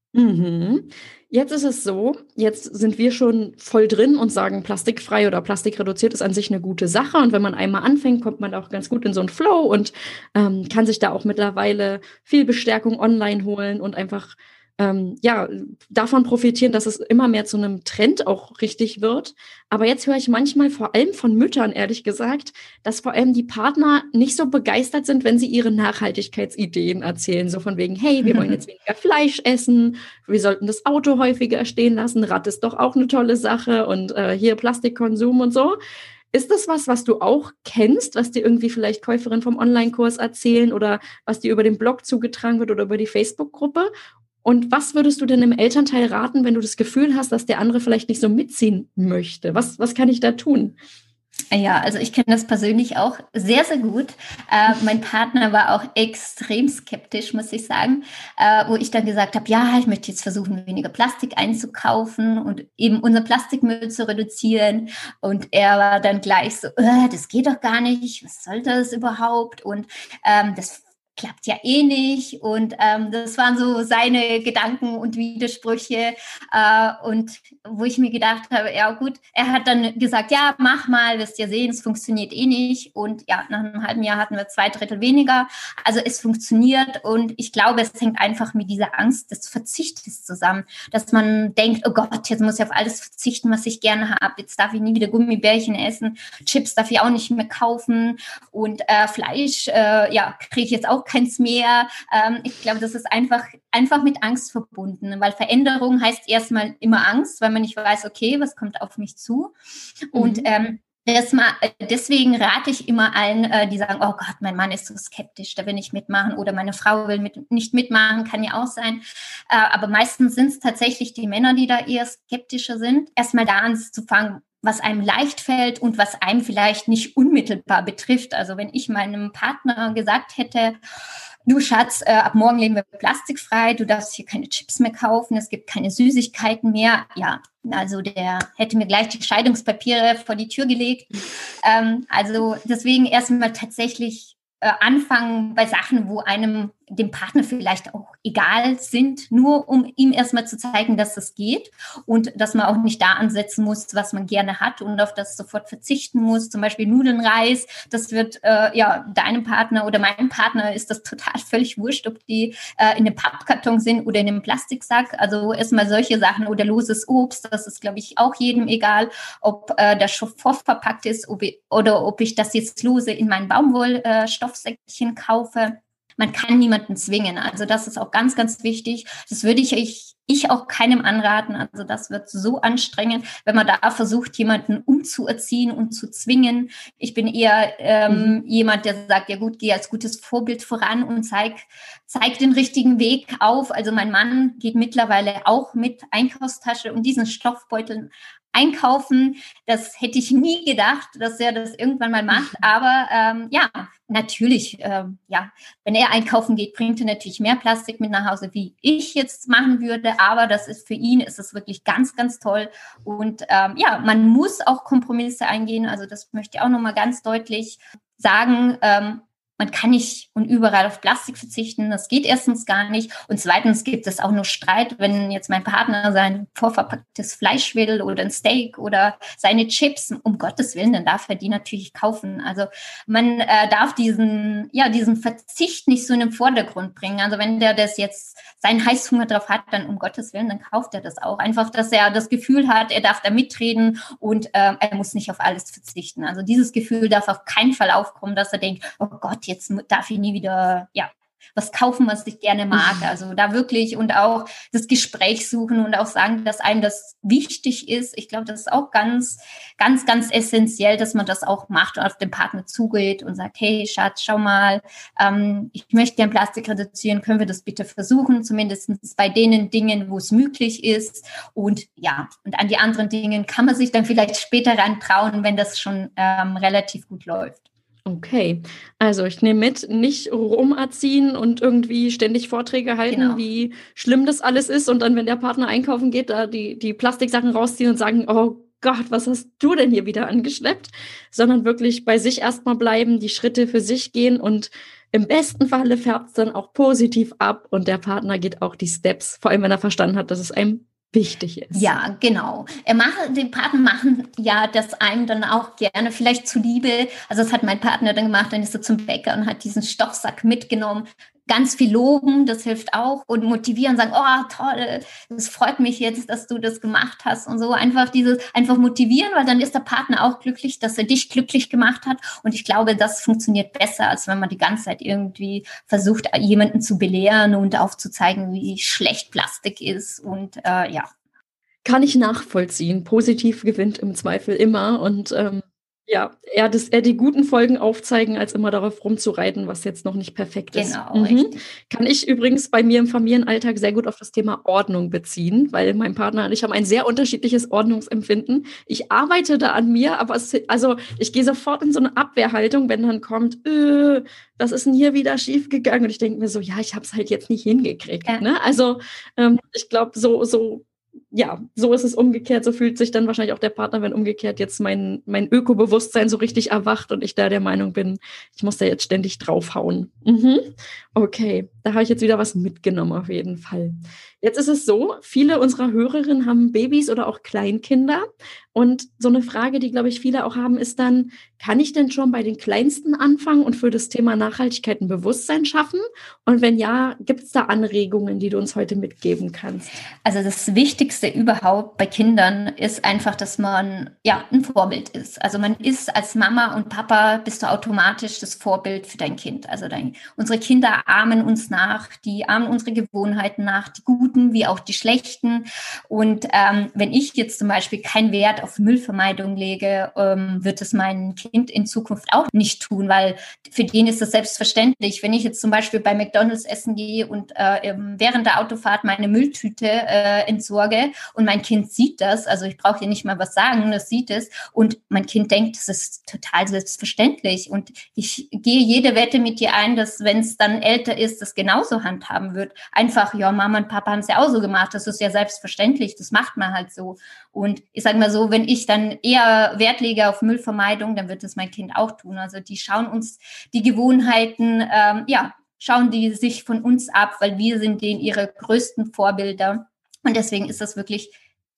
S1: Mhm. Jetzt ist es so, jetzt sind wir schon voll drin und sagen, plastikfrei oder plastikreduziert ist an sich eine gute Sache. Und wenn man einmal anfängt, kommt man auch ganz gut in so einen Flow und ähm, kann sich da auch mittlerweile viel Bestärkung online holen und einfach ähm, ja, davon profitieren, dass es immer mehr zu einem Trend auch richtig wird. Aber jetzt höre ich manchmal vor allem von Müttern, ehrlich gesagt, dass vor allem die Partner nicht so begeistert sind, wenn sie ihre Nachhaltigkeitsideen erzählen. So von wegen, hey, wir wollen jetzt weniger Fleisch essen, wir sollten das Auto häufiger stehen lassen, Rad ist doch auch eine tolle Sache und äh, hier Plastikkonsum und so. Ist das was, was du auch kennst, was dir irgendwie vielleicht Käuferinnen vom Online-Kurs erzählen oder was dir über den Blog zugetragen wird oder über die Facebook-Gruppe? Und was würdest du denn im Elternteil raten, wenn du das Gefühl hast, dass der andere vielleicht nicht so mitziehen möchte? Was, was kann ich da tun?
S2: Ja, also ich kenne das persönlich auch sehr, sehr gut. Äh, mein Partner war auch extrem skeptisch, muss ich sagen, äh, wo ich dann gesagt habe, ja, ich möchte jetzt versuchen, weniger Plastik einzukaufen und eben unser Plastikmüll zu reduzieren. Und er war dann gleich so, äh, das geht doch gar nicht, was soll das überhaupt? Und ähm, das klappt ja eh nicht. Und ähm, das waren so seine Gedanken und Widersprüche. Äh, und wo ich mir gedacht habe, ja gut, er hat dann gesagt, ja, mach mal, wirst ja sehen, es funktioniert eh nicht. Und ja, nach einem halben Jahr hatten wir zwei Drittel weniger. Also es funktioniert. Und ich glaube, es hängt einfach mit dieser Angst des Verzichtes zusammen, dass man denkt, oh Gott, jetzt muss ich auf alles verzichten, was ich gerne habe. Jetzt darf ich nie wieder Gummibärchen essen. Chips darf ich auch nicht mehr kaufen. Und äh, Fleisch, äh, ja, kriege ich jetzt auch keins mehr. Ähm, ich glaube, das ist einfach, einfach mit Angst verbunden, weil Veränderung heißt erstmal immer Angst, weil man nicht weiß, okay, was kommt auf mich zu. Und mhm. ähm, das mal, deswegen rate ich immer allen, äh, die sagen, oh Gott, mein Mann ist so skeptisch, da will ich mitmachen oder meine Frau will mit, nicht mitmachen, kann ja auch sein. Äh, aber meistens sind es tatsächlich die Männer, die da eher skeptischer sind. Erstmal da anzufangen, was einem leicht fällt und was einem vielleicht nicht unmittelbar betrifft. Also wenn ich meinem Partner gesagt hätte, du Schatz, äh, ab morgen leben wir plastikfrei, du darfst hier keine Chips mehr kaufen, es gibt keine Süßigkeiten mehr. Ja, also der hätte mir gleich die Scheidungspapiere vor die Tür gelegt. Ähm, also deswegen erstmal tatsächlich äh, anfangen bei Sachen, wo einem dem Partner vielleicht auch egal sind, nur um ihm erstmal zu zeigen, dass das geht und dass man auch nicht da ansetzen muss, was man gerne hat und auf das sofort verzichten muss. Zum Beispiel Nudeln, Reis, das wird äh, ja deinem Partner oder meinem Partner ist das total völlig wurscht, ob die äh, in einem Pappkarton sind oder in einem Plastiksack. Also erstmal solche Sachen oder loses Obst, das ist, glaube ich, auch jedem egal, ob äh, das schon vorverpackt ist ob ich, oder ob ich das jetzt lose in mein Baumwollstoffsäckchen äh, kaufe. Man kann niemanden zwingen. Also das ist auch ganz, ganz wichtig. Das würde ich, ich, ich auch keinem anraten. Also das wird so anstrengend, wenn man da versucht, jemanden umzuerziehen und zu zwingen. Ich bin eher ähm, mhm. jemand, der sagt, ja gut, geh als gutes Vorbild voran und zeig, zeig den richtigen Weg auf. Also mein Mann geht mittlerweile auch mit Einkaufstasche und diesen Stoffbeuteln einkaufen. Das hätte ich nie gedacht, dass er das irgendwann mal macht. Aber ähm, ja, natürlich, ähm, ja, wenn er einkaufen geht, bringt er natürlich mehr Plastik mit nach Hause, wie ich jetzt machen würde. Aber das ist für ihn, ist es wirklich ganz, ganz toll. Und ähm, ja, man muss auch Kompromisse eingehen. Also das möchte ich auch nochmal ganz deutlich sagen. Ähm, Man kann nicht und überall auf Plastik verzichten. Das geht erstens gar nicht. Und zweitens gibt es auch nur Streit, wenn jetzt mein Partner sein vorverpacktes Fleisch will oder ein Steak oder seine Chips. Um Gottes Willen, dann darf er die natürlich kaufen. Also man äh, darf diesen, ja, diesen Verzicht nicht so in den Vordergrund bringen. Also wenn der das jetzt seinen Heißhunger drauf hat, dann um Gottes Willen, dann kauft er das auch. Einfach, dass er das Gefühl hat, er darf da mitreden und äh, er muss nicht auf alles verzichten. Also dieses Gefühl darf auf keinen Fall aufkommen, dass er denkt, oh Gott, jetzt darf ich nie wieder, ja, was kaufen, was ich gerne mag. Also da wirklich und auch das Gespräch suchen und auch sagen, dass einem das wichtig ist. Ich glaube, das ist auch ganz, ganz, ganz essentiell, dass man das auch macht und auf den Partner zugeht und sagt, hey Schatz, schau mal, ähm, ich möchte gern Plastik reduzieren, können wir das bitte versuchen, zumindest bei den Dingen, wo es möglich ist. Und ja, und an die anderen Dingen kann man sich dann vielleicht später rantrauen, wenn das schon ähm, relativ gut läuft.
S1: Okay, also ich nehme mit, nicht rumerziehen und irgendwie ständig Vorträge halten,
S2: Genau.
S1: wie schlimm das alles ist und dann, wenn der Partner einkaufen geht, da die, die Plastiksachen rausziehen und sagen, oh Gott, was hast du denn hier wieder angeschleppt? Sondern wirklich bei sich erstmal bleiben, die Schritte für sich gehen und im besten Falle färbt es dann auch positiv ab und der Partner geht auch die Steps, vor allem wenn er verstanden hat, dass es einem wichtig ist.
S2: Ja, genau. Er macht, die Partner machen ja das einem dann auch gerne, vielleicht zuliebe. Also das hat mein Partner dann gemacht, dann ist er zum Bäcker und hat diesen Stoffsack mitgenommen. Ganz viel loben, das hilft auch, und motivieren, sagen, oh toll, das freut mich jetzt, dass du das gemacht hast und so. Einfach dieses, einfach motivieren, weil dann ist der Partner auch glücklich, dass er dich glücklich gemacht hat. Und ich glaube, das funktioniert besser, als wenn man die ganze Zeit irgendwie versucht, jemanden zu belehren und aufzuzeigen, wie schlecht Plastik ist und äh, ja.
S1: Kann ich nachvollziehen. Positiv gewinnt im Zweifel immer und ähm, ja, eher, das, eher die guten Folgen aufzeigen, als immer darauf rumzureiten, was jetzt noch nicht perfekt ist.
S2: Genau,
S1: Mhm.
S2: richtig.
S1: Kann ich übrigens bei mir im Familienalltag sehr gut auf das Thema Ordnung beziehen, weil mein Partner und ich haben ein sehr unterschiedliches Ordnungsempfinden. Ich arbeite da an mir, aber es, also ich gehe sofort in so eine Abwehrhaltung, wenn dann kommt, äh, was ist denn hier wieder schief gegangen? Und ich denke mir so, ja, ich habe es halt jetzt nicht hingekriegt. Ja. Ne? Also ähm, ich glaube, so, so ja, so ist es umgekehrt, so fühlt sich dann wahrscheinlich auch der Partner, wenn umgekehrt jetzt mein, mein Ökobewusstsein so richtig erwacht und ich da der Meinung bin, ich muss da jetzt ständig draufhauen. Mhm. Okay, da habe ich jetzt wieder was mitgenommen auf jeden Fall. Jetzt ist es so, viele unserer Hörerinnen haben Babys oder auch Kleinkinder und so eine Frage, die, glaube ich, viele auch haben, ist dann, kann ich denn schon bei den Kleinsten anfangen und für das Thema Nachhaltigkeit ein Bewusstsein schaffen? Und wenn ja, gibt es da Anregungen, die du uns heute mitgeben kannst?
S2: Also das Wichtigste überhaupt bei Kindern ist einfach, dass man ja ein Vorbild ist. Also man ist als Mama und Papa, bist du automatisch das Vorbild für dein Kind. Also dein, unsere Kinder ahmen uns nach, die ahmen unsere Gewohnheiten nach, die guten wie auch die schlechten. Und ähm, wenn ich jetzt zum Beispiel keinen Wert auf Müllvermeidung lege, ähm, wird es mein Kind in Zukunft auch nicht tun, weil für den ist das selbstverständlich. Wenn ich jetzt zum Beispiel bei McDonald's essen gehe und äh, während der Autofahrt meine Mülltüte äh, entsorge und mein Kind sieht das, also ich brauche hier nicht mal was sagen, das sieht es und mein Kind denkt, das ist total selbstverständlich und ich gehe jede Wette mit dir ein, dass wenn es dann älter ist, das genauso handhaben wird. Einfach, ja, Mama und Papa haben es ja auch so gemacht, das ist ja selbstverständlich, das macht man halt so. Und ich sage mal so, wenn ich dann eher Wert lege auf Müllvermeidung, dann wird es mein Kind auch tun. Also die schauen uns die Gewohnheiten, ähm, ja, schauen die sich von uns ab, weil wir sind denen ihre größten Vorbilder. Und deswegen ist das wirklich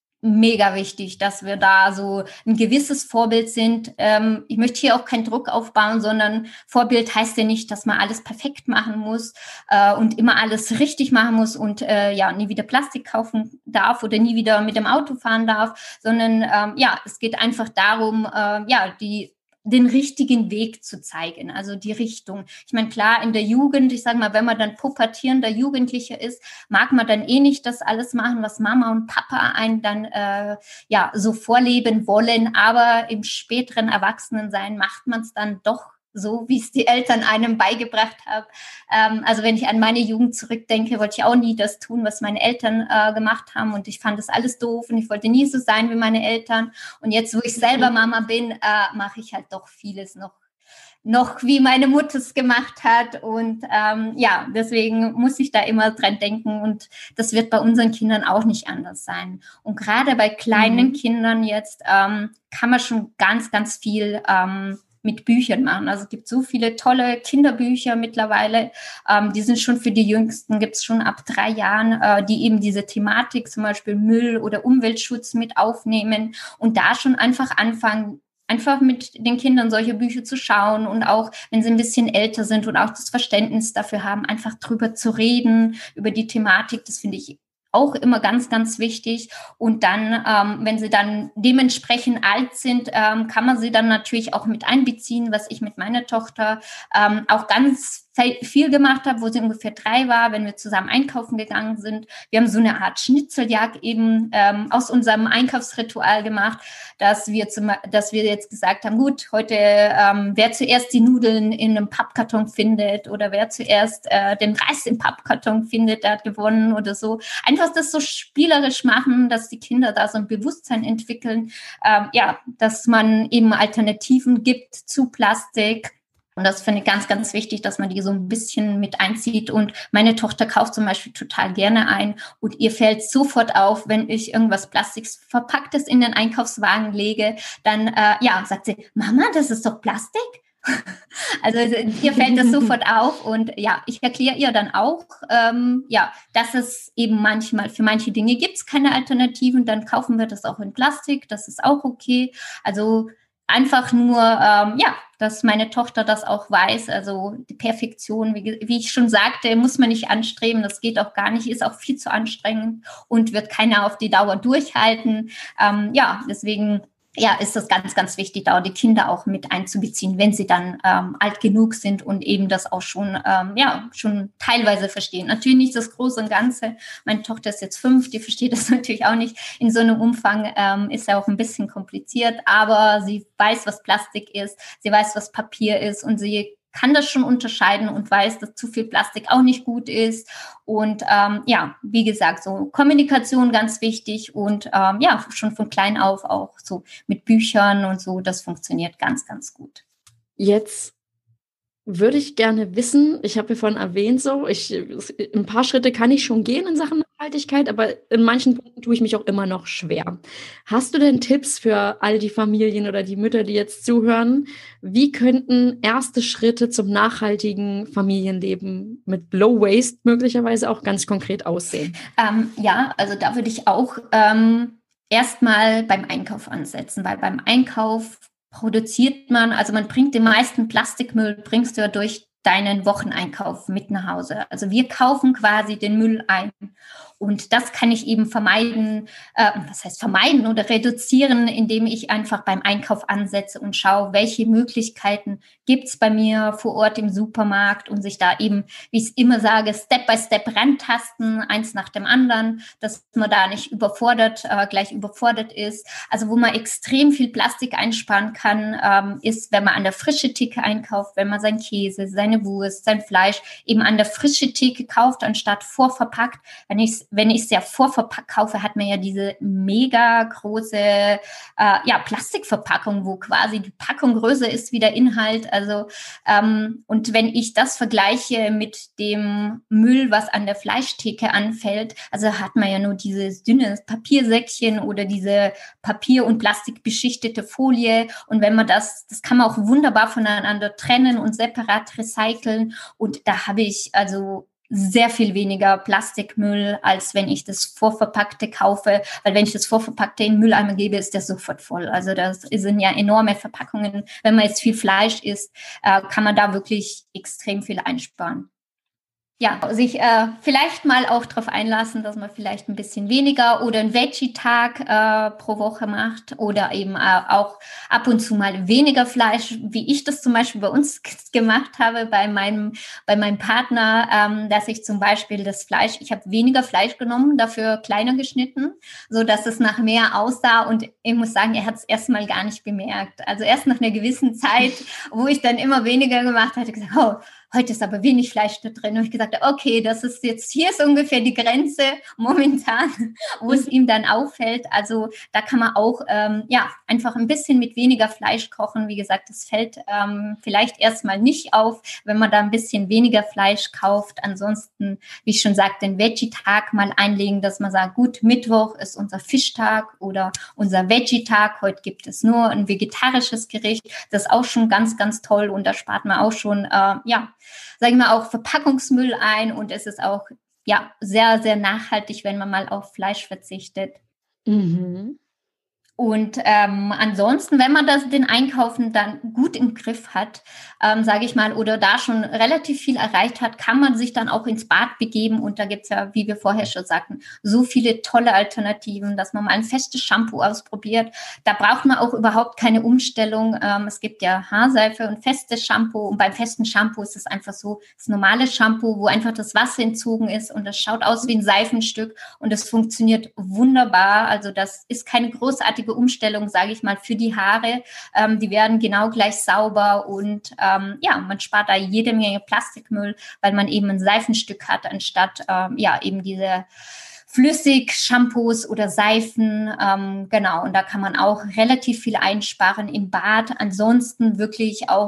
S2: mega wichtig, dass wir da so ein gewisses Vorbild sind. Ähm, ich möchte hier auch keinen Druck aufbauen, sondern Vorbild heißt ja nicht, dass man alles perfekt machen muss äh, und immer alles richtig machen muss und äh, ja nie wieder Plastik kaufen darf oder nie wieder mit dem Auto fahren darf, sondern ähm, ja, es geht einfach darum, äh, ja, die den richtigen Weg zu zeigen, also die Richtung. Ich meine, klar, in der Jugend, ich sage mal, wenn man dann pubertierender Jugendlicher ist, mag man dann eh nicht das alles machen, was Mama und Papa einen dann äh, ja so vorleben wollen, aber im späteren Erwachsenensein macht man es dann doch so, wie es die Eltern einem beigebracht haben. Ähm, also wenn ich an meine Jugend zurückdenke, wollte ich auch nie das tun, was meine Eltern äh, gemacht haben und ich fand das alles doof und ich wollte nie so sein wie meine Eltern und jetzt, wo ich selber Mama bin, äh, mache ich halt doch vieles noch noch wie meine Mutter es gemacht hat und ähm, ja, deswegen muss ich da immer dran denken und das wird bei unseren Kindern auch nicht anders sein. Und gerade bei kleinen mhm. Kindern jetzt ähm, kann man schon ganz, ganz viel ähm, mit Büchern machen. Also es gibt so viele tolle Kinderbücher mittlerweile, ähm, die sind schon für die Jüngsten, gibt es schon ab drei Jahren, äh, die eben diese Thematik, zum Beispiel Müll oder Umweltschutz mit aufnehmen und da schon einfach anfangen, einfach mit den Kindern solche Bücher zu schauen und auch, wenn sie ein bisschen älter sind und auch das Verständnis dafür haben, einfach drüber zu reden, über die Thematik, das finde ich auch immer ganz, ganz wichtig. Und dann, ähm, wenn sie dann dementsprechend alt sind, ähm, kann man sie dann natürlich auch mit einbeziehen, was ich mit meiner Tochter ähm, auch ganz viel gemacht habe, wo sie ungefähr drei war, wenn wir zusammen einkaufen gegangen sind. Wir haben so eine Art Schnitzeljagd eben ähm, aus unserem Einkaufsritual gemacht, dass wir zum, dass wir jetzt gesagt haben, gut, heute ähm, wer zuerst die Nudeln in einem Pappkarton findet oder wer zuerst äh, den Reis im Pappkarton findet, der hat gewonnen oder so. Einfach das so spielerisch machen, dass die Kinder da so ein Bewusstsein entwickeln, ähm, ja, dass man eben Alternativen gibt zu Plastik. Und das finde ich ganz, ganz wichtig, dass man die so ein bisschen mit einzieht. Und meine Tochter kauft zum Beispiel total gerne ein und ihr fällt sofort auf, wenn ich irgendwas Plastiks Verpacktes in den Einkaufswagen lege, dann äh, ja, sagt sie, Mama, das ist doch Plastik. Also ihr fällt das sofort auf und ja, ich erkläre ihr dann auch, ähm, ja, dass es eben manchmal, für manche Dinge gibt es keine Alternativen, dann kaufen wir das auch in Plastik, das ist auch okay. Also einfach nur, ähm, ja, dass meine Tochter das auch weiß, also die Perfektion, wie, wie ich schon sagte, muss man nicht anstreben, das geht auch gar nicht, ist auch viel zu anstrengend und wird keiner auf die Dauer durchhalten. Ähm, ja, deswegen ja, ist das ganz, ganz wichtig, da die Kinder auch mit einzubeziehen, wenn sie dann ähm, alt genug sind und eben das auch schon, ähm, ja, schon teilweise verstehen. Natürlich nicht das Große und Ganze. Meine Tochter ist jetzt fünf, die versteht das natürlich auch nicht in so einem Umfang, ähm, ist ja auch ein bisschen kompliziert, aber sie weiß, was Plastik ist, sie weiß, was Papier ist und sie kann das schon unterscheiden und weiß, dass zu viel Plastik auch nicht gut ist. Und ähm, ja, wie gesagt, so Kommunikation ganz wichtig und ähm, ja, schon von klein auf auch so mit Büchern und so, das funktioniert ganz, ganz gut.
S1: Jetzt würde ich gerne wissen, ich habe ja vorhin erwähnt, so, ich, ein paar Schritte kann ich schon gehen in Sachen Nachhaltigkeit, aber in manchen Punkten tue ich mich auch immer noch schwer. Hast du denn Tipps für all die Familien oder die Mütter, die jetzt zuhören? Wie könnten erste Schritte zum nachhaltigen Familienleben mit Low Waste möglicherweise auch ganz konkret aussehen?
S2: Ähm, ja, also da würde ich auch ähm, erstmal beim Einkauf ansetzen, weil beim Einkauf produziert man, also man bringt den meisten Plastikmüll, bringst du ja durch deinen Wocheneinkauf mit nach Hause. Also wir kaufen quasi den Müll ein. Und das kann ich eben vermeiden, äh, was heißt vermeiden oder reduzieren, indem ich einfach beim Einkauf ansetze und schaue, welche Möglichkeiten gibt es bei mir vor Ort im Supermarkt und sich da eben, wie ich es immer sage, Step by Step rantasten, eins nach dem anderen, dass man da nicht überfordert, äh, gleich überfordert ist. Also wo man extrem viel Plastik einsparen kann, ähm, ist, wenn man an der frischen Theke einkauft, wenn man sein Käse, seine Wurst, sein Fleisch eben an der frischen Theke kauft, anstatt vorverpackt. Wenn ich wenn ich es ja vorverpackt kaufe, hat man ja diese mega große äh, ja, Plastikverpackung, wo quasi die Packung größer ist wie der Inhalt. Also ähm, und wenn ich das vergleiche mit dem Müll, was an der Fleischtheke anfällt, also hat man ja nur dieses dünne Papiersäckchen oder diese Papier- und Plastikbeschichtete Folie. Und wenn man das, das kann man auch wunderbar voneinander trennen und separat recyceln. Und da habe ich also sehr viel weniger Plastikmüll, als wenn ich das Vorverpackte kaufe, weil wenn ich das Vorverpackte in den Mülleimer gebe, ist der sofort voll. Also das sind ja enorme Verpackungen. Wenn man jetzt viel Fleisch isst, äh, kann man da wirklich extrem viel einsparen. Ja, sich äh, vielleicht mal auch darauf einlassen, dass man vielleicht ein bisschen weniger oder einen Veggie-Tag äh, pro Woche macht oder eben äh, auch ab und zu mal weniger Fleisch, wie ich das zum Beispiel bei uns gemacht habe, bei meinem, bei meinem Partner, ähm, dass ich zum Beispiel das Fleisch, ich habe weniger Fleisch genommen, dafür kleiner geschnitten, so dass es nach mehr aussah und ich muss sagen, er hat es erstmal gar nicht bemerkt. Also erst nach einer gewissen Zeit, wo ich dann immer weniger gemacht hatte, gesagt, oh, heute ist aber wenig Fleisch da drin. Und ich gesagt, okay, das ist jetzt, hier ist ungefähr die Grenze momentan, wo es ihm dann auffällt. Also da kann man auch, ähm, ja, einfach ein bisschen mit weniger Fleisch kochen. Wie gesagt, das fällt ähm, vielleicht erstmal nicht auf, wenn man da ein bisschen weniger Fleisch kauft. Ansonsten, wie ich schon sagte, den Veggie-Tag mal einlegen, dass man sagt, gut, Mittwoch ist unser Fischtag oder unser Veggie-Tag. Heute gibt es nur ein vegetarisches Gericht. Das ist auch schon ganz, ganz toll und da spart man auch schon, äh, ja, sagen wir auch Verpackungsmüll ein und es ist auch ja sehr, sehr nachhaltig, wenn man mal auf Fleisch verzichtet.
S1: Mhm.
S2: Und ähm, ansonsten, wenn man das den Einkaufen dann gut im Griff hat, ähm, sage ich mal, oder da schon relativ viel erreicht hat, kann man sich dann auch ins Bad begeben. Und da gibt's ja, wie wir vorher schon sagten, so viele tolle Alternativen, dass man mal ein festes Shampoo ausprobiert. Da braucht man auch überhaupt keine Umstellung. Ähm, es gibt ja Haarseife und festes Shampoo. Und beim festen Shampoo ist es einfach so, das normale Shampoo, wo einfach das Wasser entzogen ist und das schaut aus wie ein Seifenstück und es funktioniert wunderbar. Also das ist keine großartige Umstellung, sage ich mal, für die Haare. Ähm, die werden genau gleich sauber und ähm, ja, man spart da jede Menge Plastikmüll, weil man eben ein Seifenstück hat, anstatt ähm, ja eben diese Flüssig-Shampoos oder Seifen. Ähm, genau, und da kann man auch relativ viel einsparen im Bad. Ansonsten wirklich auch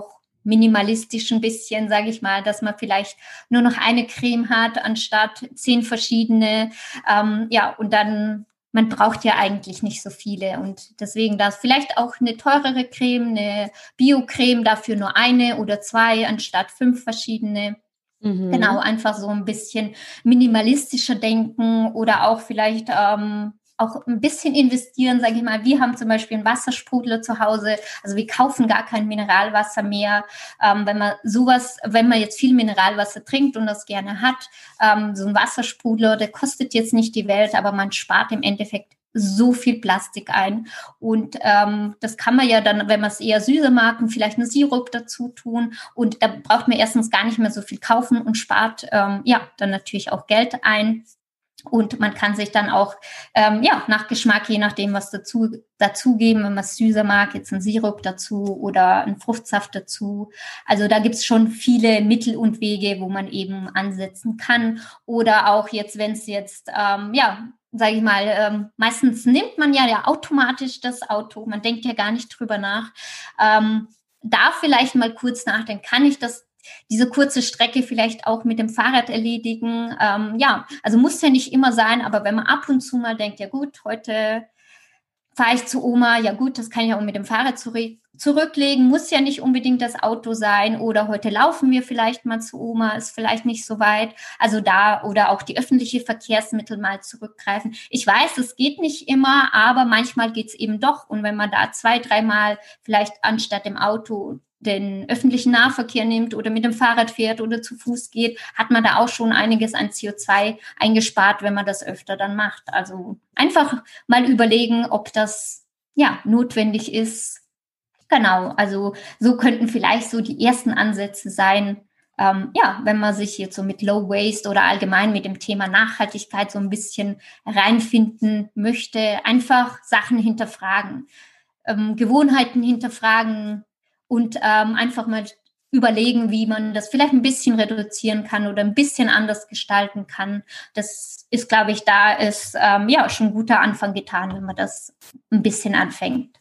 S2: minimalistisch ein bisschen, sage ich mal, dass man vielleicht nur noch eine Creme hat, anstatt zehn verschiedene. Ähm, ja, und dann, man braucht ja eigentlich nicht so viele. Und deswegen da vielleicht auch eine teurere Creme, eine Bio-Creme, dafür nur eine oder zwei, anstatt fünf verschiedene. Mhm. Genau, einfach so ein bisschen minimalistischer denken oder auch vielleicht ähm, auch ein bisschen investieren, sage ich mal. Wir haben zum Beispiel einen Wassersprudler zu Hause, also wir kaufen gar kein Mineralwasser mehr. Ähm, wenn man sowas, wenn man jetzt viel Mineralwasser trinkt und das gerne hat, ähm, so ein Wassersprudler, der kostet jetzt nicht die Welt, aber man spart im Endeffekt so viel Plastik ein. Und ähm, das kann man ja dann, wenn man es eher süßer mag, vielleicht einen Sirup dazu tun. Und da braucht man erstens gar nicht mehr so viel kaufen und spart ähm, ja dann natürlich auch Geld ein. Und man kann sich dann auch ähm, ja nach Geschmack, je nachdem, was dazu dazugeben, wenn man es süßer mag, jetzt einen Sirup dazu oder einen Fruchtsaft dazu. Also da gibt es schon viele Mittel und Wege, wo man eben ansetzen kann. Oder auch jetzt, wenn es jetzt ähm, ja sage ich mal, ähm, meistens nimmt man ja, ja automatisch das Auto, man denkt ja gar nicht drüber nach. Ähm, da vielleicht mal kurz nachdenken, kann ich das, diese kurze Strecke vielleicht auch mit dem Fahrrad erledigen? Ähm, ja, also muss ja nicht immer sein, aber wenn man ab und zu mal denkt, ja gut, heute fahre ich zu Oma, ja gut, das kann ich auch mit dem Fahrrad zurück, zurücklegen, muss ja nicht unbedingt das Auto sein oder heute laufen wir vielleicht mal zu Oma, ist vielleicht nicht so weit, also da oder auch die öffentlichen Verkehrsmittel mal zurückgreifen. Ich weiß, es geht nicht immer, aber manchmal geht es eben doch und wenn man da zwei, dreimal vielleicht anstatt dem Auto den öffentlichen Nahverkehr nimmt oder mit dem Fahrrad fährt oder zu Fuß geht, hat man da auch schon einiges an C O zwei eingespart, wenn man das öfter dann macht. Also einfach mal überlegen, ob das ja notwendig ist. Genau, also so könnten vielleicht so die ersten Ansätze sein, ähm, ja, wenn man sich jetzt so mit Low Waste oder allgemein mit dem Thema Nachhaltigkeit so ein bisschen reinfinden möchte, einfach Sachen hinterfragen, ähm, Gewohnheiten hinterfragen, und ähm, einfach mal überlegen, wie man das vielleicht ein bisschen reduzieren kann oder ein bisschen anders gestalten kann. Das ist, glaube ich, da ist ähm, ja schon ein guter Anfang getan, wenn man das ein bisschen anfängt.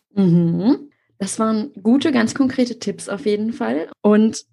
S1: Mhm. Das waren gute, ganz konkrete Tipps auf jeden Fall. Und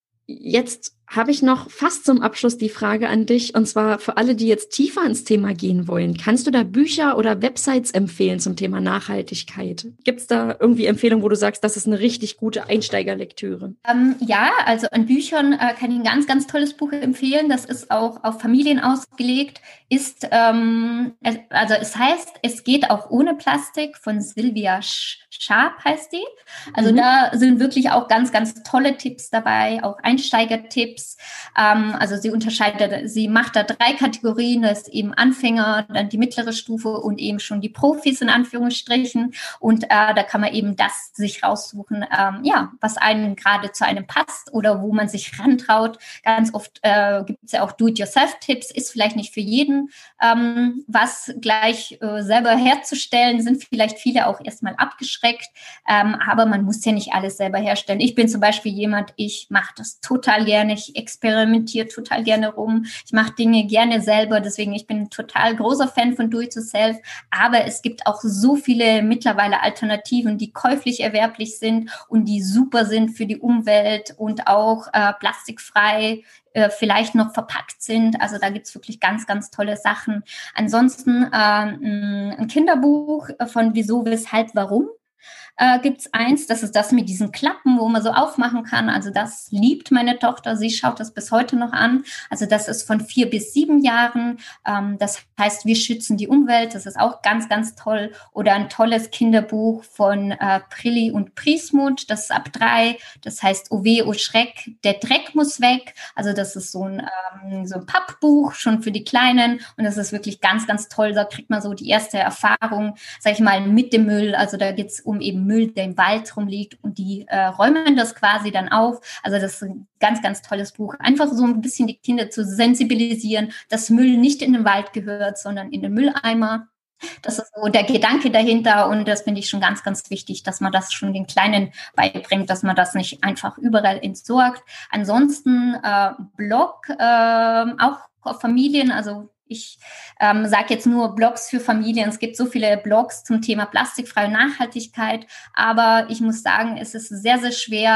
S1: jetzt habe ich noch fast zum Abschluss die Frage an dich, und zwar für alle, die jetzt tiefer ins Thema gehen wollen. Kannst du da Bücher oder Websites empfehlen zum Thema Nachhaltigkeit? Gibt es da irgendwie Empfehlungen, wo du sagst, das ist eine richtig gute Einsteigerlektüre?
S2: Ähm, ja, also an Büchern äh, kann ich ein ganz, ganz tolles Buch empfehlen. Das ist auch auf Familien ausgelegt. Ist, ähm, es, also es heißt, es geht auch ohne Plastik, von Sylvia Sharp heißt die. Also mhm. da sind wirklich auch ganz, ganz tolle Tipps dabei, auch Einsteigertipps. Ähm, also sie unterscheidet, sie macht da drei Kategorien, das ist eben Anfänger, dann die mittlere Stufe und eben schon die Profis in Anführungsstrichen. Und äh, da kann man eben das sich raussuchen, ähm, ja, was einem gerade zu einem passt oder wo man sich rantraut. Ganz oft äh, gibt es ja auch Do-it-yourself-Tipps, ist vielleicht nicht für jeden ähm, was gleich äh, selber herzustellen, sind vielleicht viele auch erstmal abgeschreckt, ähm, aber man muss ja nicht alles selber herstellen. Ich bin zum Beispiel jemand, ich mache das total gerne, ich experimentiere total gerne rum, ich mache Dinge gerne selber, deswegen ich bin ein total großer Fan von Do-it-yourself, aber es gibt auch so viele mittlerweile Alternativen, die käuflich erwerblich sind und die super sind für die Umwelt und auch äh, plastikfrei äh, vielleicht noch verpackt sind. Also da gibt's wirklich ganz, ganz tolle Sachen. Ansonsten äh, ein Kinderbuch von Wieso, Weshalb, Warum. Äh, gibt's eins, das ist das mit diesen Klappen, wo man so aufmachen kann. Also das liebt meine Tochter, sie schaut das bis heute noch an. Also das ist von vier bis sieben Jahren. Ähm, das heißt, wir schützen die Umwelt. Das ist auch ganz, ganz toll. Oder ein tolles Kinderbuch von äh, Prilli und Priesmut, das ist ab drei. Das heißt, oh weh, oh Schreck, der Dreck muss weg. Also das ist so ein, ähm, so ein Pappbuch schon für die Kleinen. Und das ist wirklich ganz, ganz toll. Da kriegt man so die erste Erfahrung, sag ich mal, mit dem Müll. Also da geht's um eben Müll, der im Wald rumliegt und die äh, räumen das quasi dann auf. Also das ist ein ganz, ganz tolles Buch. Einfach so ein bisschen die Kinder zu sensibilisieren, dass Müll nicht in den Wald gehört, sondern in den Mülleimer. Das ist so der Gedanke dahinter und das finde ich schon ganz, ganz wichtig, dass man das schon den Kleinen beibringt, dass man das nicht einfach überall entsorgt. Ansonsten äh, Blog, äh, auch auf Familien, also ich ähm, sage jetzt nur Blogs für Familien. Es gibt so viele Blogs zum Thema plastikfreie Nachhaltigkeit, aber ich muss sagen, es ist sehr, sehr schwer,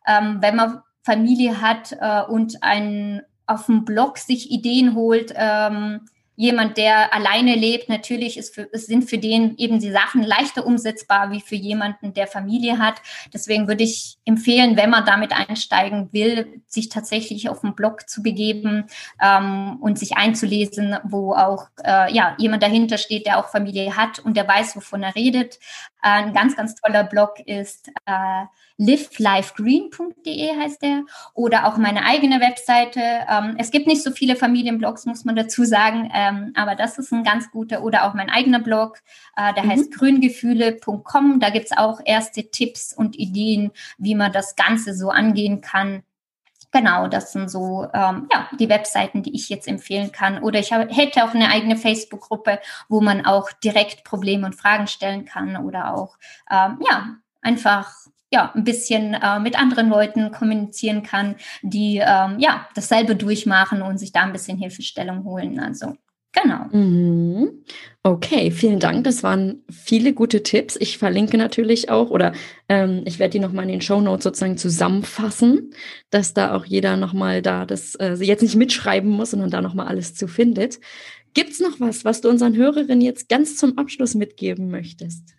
S2: ähm, wenn man Familie hat äh, und ein, auf dem Blog sich Ideen holt, ähm, jemand, der alleine lebt, natürlich ist für, sind für den eben die Sachen leichter umsetzbar wie für jemanden, der Familie hat. Deswegen würde ich empfehlen, wenn man damit einsteigen will, sich tatsächlich auf den Blog zu begeben ähm, und sich einzulesen, wo auch äh, ja jemand dahinter steht, der auch Familie hat und der weiß, wovon er redet. Äh, ein ganz, ganz toller Blog ist äh, live life green punkt de heißt der, oder auch meine eigene Webseite. Ähm, es gibt nicht so viele Familienblogs, muss man dazu sagen, ähm, aber das ist ein ganz guter, oder auch mein eigener Blog, äh, der mhm. heißt grüngefühle punkt com. Da gibt's auch erste Tipps und Ideen, wie man das Ganze so angehen kann. Genau, das sind so ähm, ja, die Webseiten, die ich jetzt empfehlen kann. Oder ich hab, hätte auch eine eigene Facebook-Gruppe, wo man auch direkt Probleme und Fragen stellen kann oder auch ähm, ja einfach ja, ein bisschen äh, mit anderen Leuten kommunizieren kann, die ähm, ja dasselbe durchmachen und sich da ein bisschen Hilfestellung holen. Also genau.
S1: Mhm. Okay, vielen Dank. Das waren viele gute Tipps. Ich verlinke natürlich auch, oder ähm, ich werde die nochmal in den Shownotes sozusagen zusammenfassen, dass da auch jeder nochmal da das äh, jetzt nicht mitschreiben muss, sondern da nochmal alles zu findet. Gibt's noch was, was du unseren Hörerinnen jetzt ganz zum Abschluss mitgeben möchtest?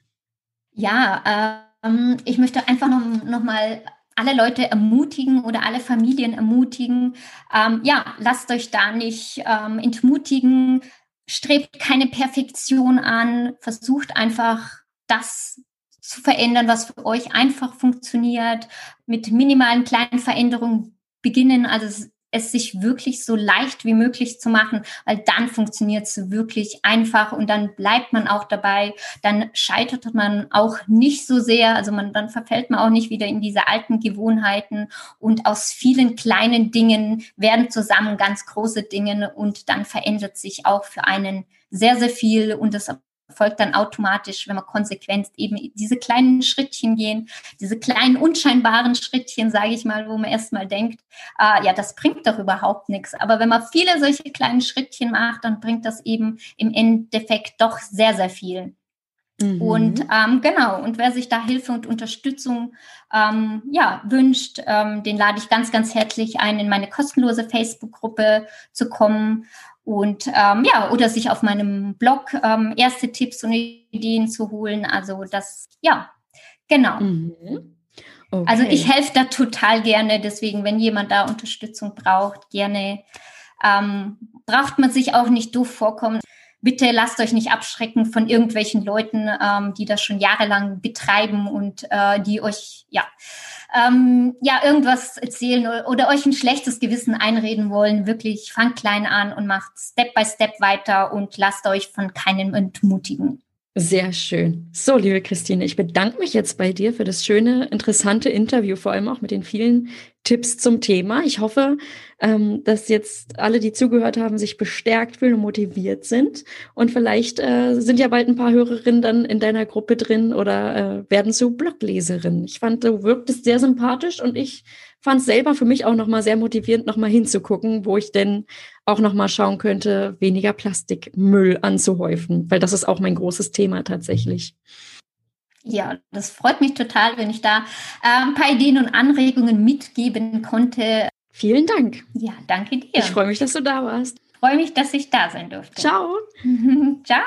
S2: Ja, äh, ich möchte einfach noch, noch mal alle Leute ermutigen oder alle Familien ermutigen. Ähm, ja, lasst euch da nicht ähm, entmutigen, strebt keine Perfektion an, versucht einfach das zu verändern, was für euch einfach funktioniert, mit minimalen kleinen Veränderungen beginnen, also es es sich wirklich so leicht wie möglich zu machen, weil dann funktioniert es wirklich einfach und dann bleibt man auch dabei, dann scheitert man auch nicht so sehr, also man, dann verfällt man auch nicht wieder in diese alten Gewohnheiten und aus vielen kleinen Dingen werden zusammen ganz große Dinge und dann verändert sich auch für einen sehr, sehr viel und das folgt dann automatisch, wenn wir konsequent eben diese kleinen Schrittchen gehen, diese kleinen unscheinbaren Schrittchen, sage ich mal, wo man erstmal denkt, äh, ja, das bringt doch überhaupt nichts. Aber wenn man viele solche kleinen Schrittchen macht, dann bringt das eben im Endeffekt doch sehr, sehr viel. Mhm. Und ähm, genau, und wer sich da Hilfe und Unterstützung ähm, ja, wünscht, ähm, den lade ich ganz, ganz herzlich ein, in meine kostenlose Facebook-Gruppe zu kommen. Und ähm, ja, oder sich auf meinem Blog ähm, erste Tipps und Ideen zu holen. Also das, ja, genau. Mhm. Okay. Also ich helfe da total gerne. Deswegen, wenn jemand da Unterstützung braucht, gerne, ähm, braucht man sich auch nicht doof vorkommen. Bitte lasst euch nicht abschrecken von irgendwelchen Leuten, ähm, die das schon jahrelang betreiben und äh, die euch ja ähm, ja irgendwas erzählen oder, oder euch ein schlechtes Gewissen einreden wollen. Wirklich, fangt klein an und macht Step by Step weiter und lasst euch von keinem entmutigen.
S1: Sehr schön. So, liebe Christine, ich bedanke mich jetzt bei dir für das schöne, interessante Interview, vor allem auch mit den vielen Tipps zum Thema. Ich hoffe, ähm, dass jetzt alle, die zugehört haben, sich bestärkt fühlen und motiviert sind. Und vielleicht äh, sind ja bald ein paar Hörerinnen dann in deiner Gruppe drin oder äh, werden zu Blogleserinnen. Ich fand, du wirktest sehr sympathisch und ich fand es selber für mich auch nochmal sehr motivierend, nochmal hinzugucken, wo ich denn auch nochmal schauen könnte, weniger Plastikmüll anzuhäufen, weil das ist auch mein großes Thema tatsächlich.
S2: Ja, das freut mich total, wenn ich da äh, ein paar Ideen und Anregungen mitgeben konnte.
S1: Vielen Dank.
S2: Ja, danke dir.
S1: Ich freue mich, dass du da warst.
S2: Ich freue mich, dass ich da sein durfte.
S1: Ciao.
S2: Ciao.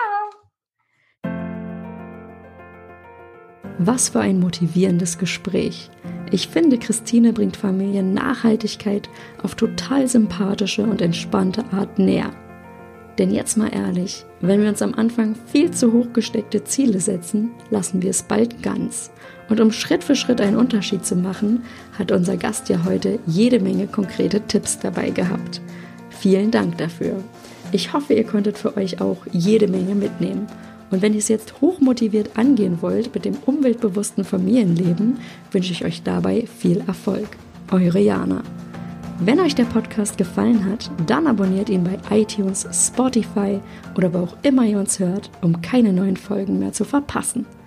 S1: Was für ein motivierendes Gespräch. Ich finde, Christine bringt Familien Nachhaltigkeit auf total sympathische und entspannte Art näher. Denn jetzt mal ehrlich, wenn wir uns am Anfang viel zu hoch gesteckte Ziele setzen, lassen wir es bald ganz. Und um Schritt für Schritt einen Unterschied zu machen, hat unser Gast ja heute jede Menge konkrete Tipps dabei gehabt. Vielen Dank dafür. Ich hoffe, ihr konntet für euch auch jede Menge mitnehmen. Und wenn ihr es jetzt hochmotiviert angehen wollt mit dem umweltbewussten Familienleben, wünsche ich euch dabei viel Erfolg. Eure Jana. Wenn euch der Podcast gefallen hat, dann abonniert ihn bei iTunes, Spotify oder wo auch immer ihr uns hört, um keine neuen Folgen mehr zu verpassen.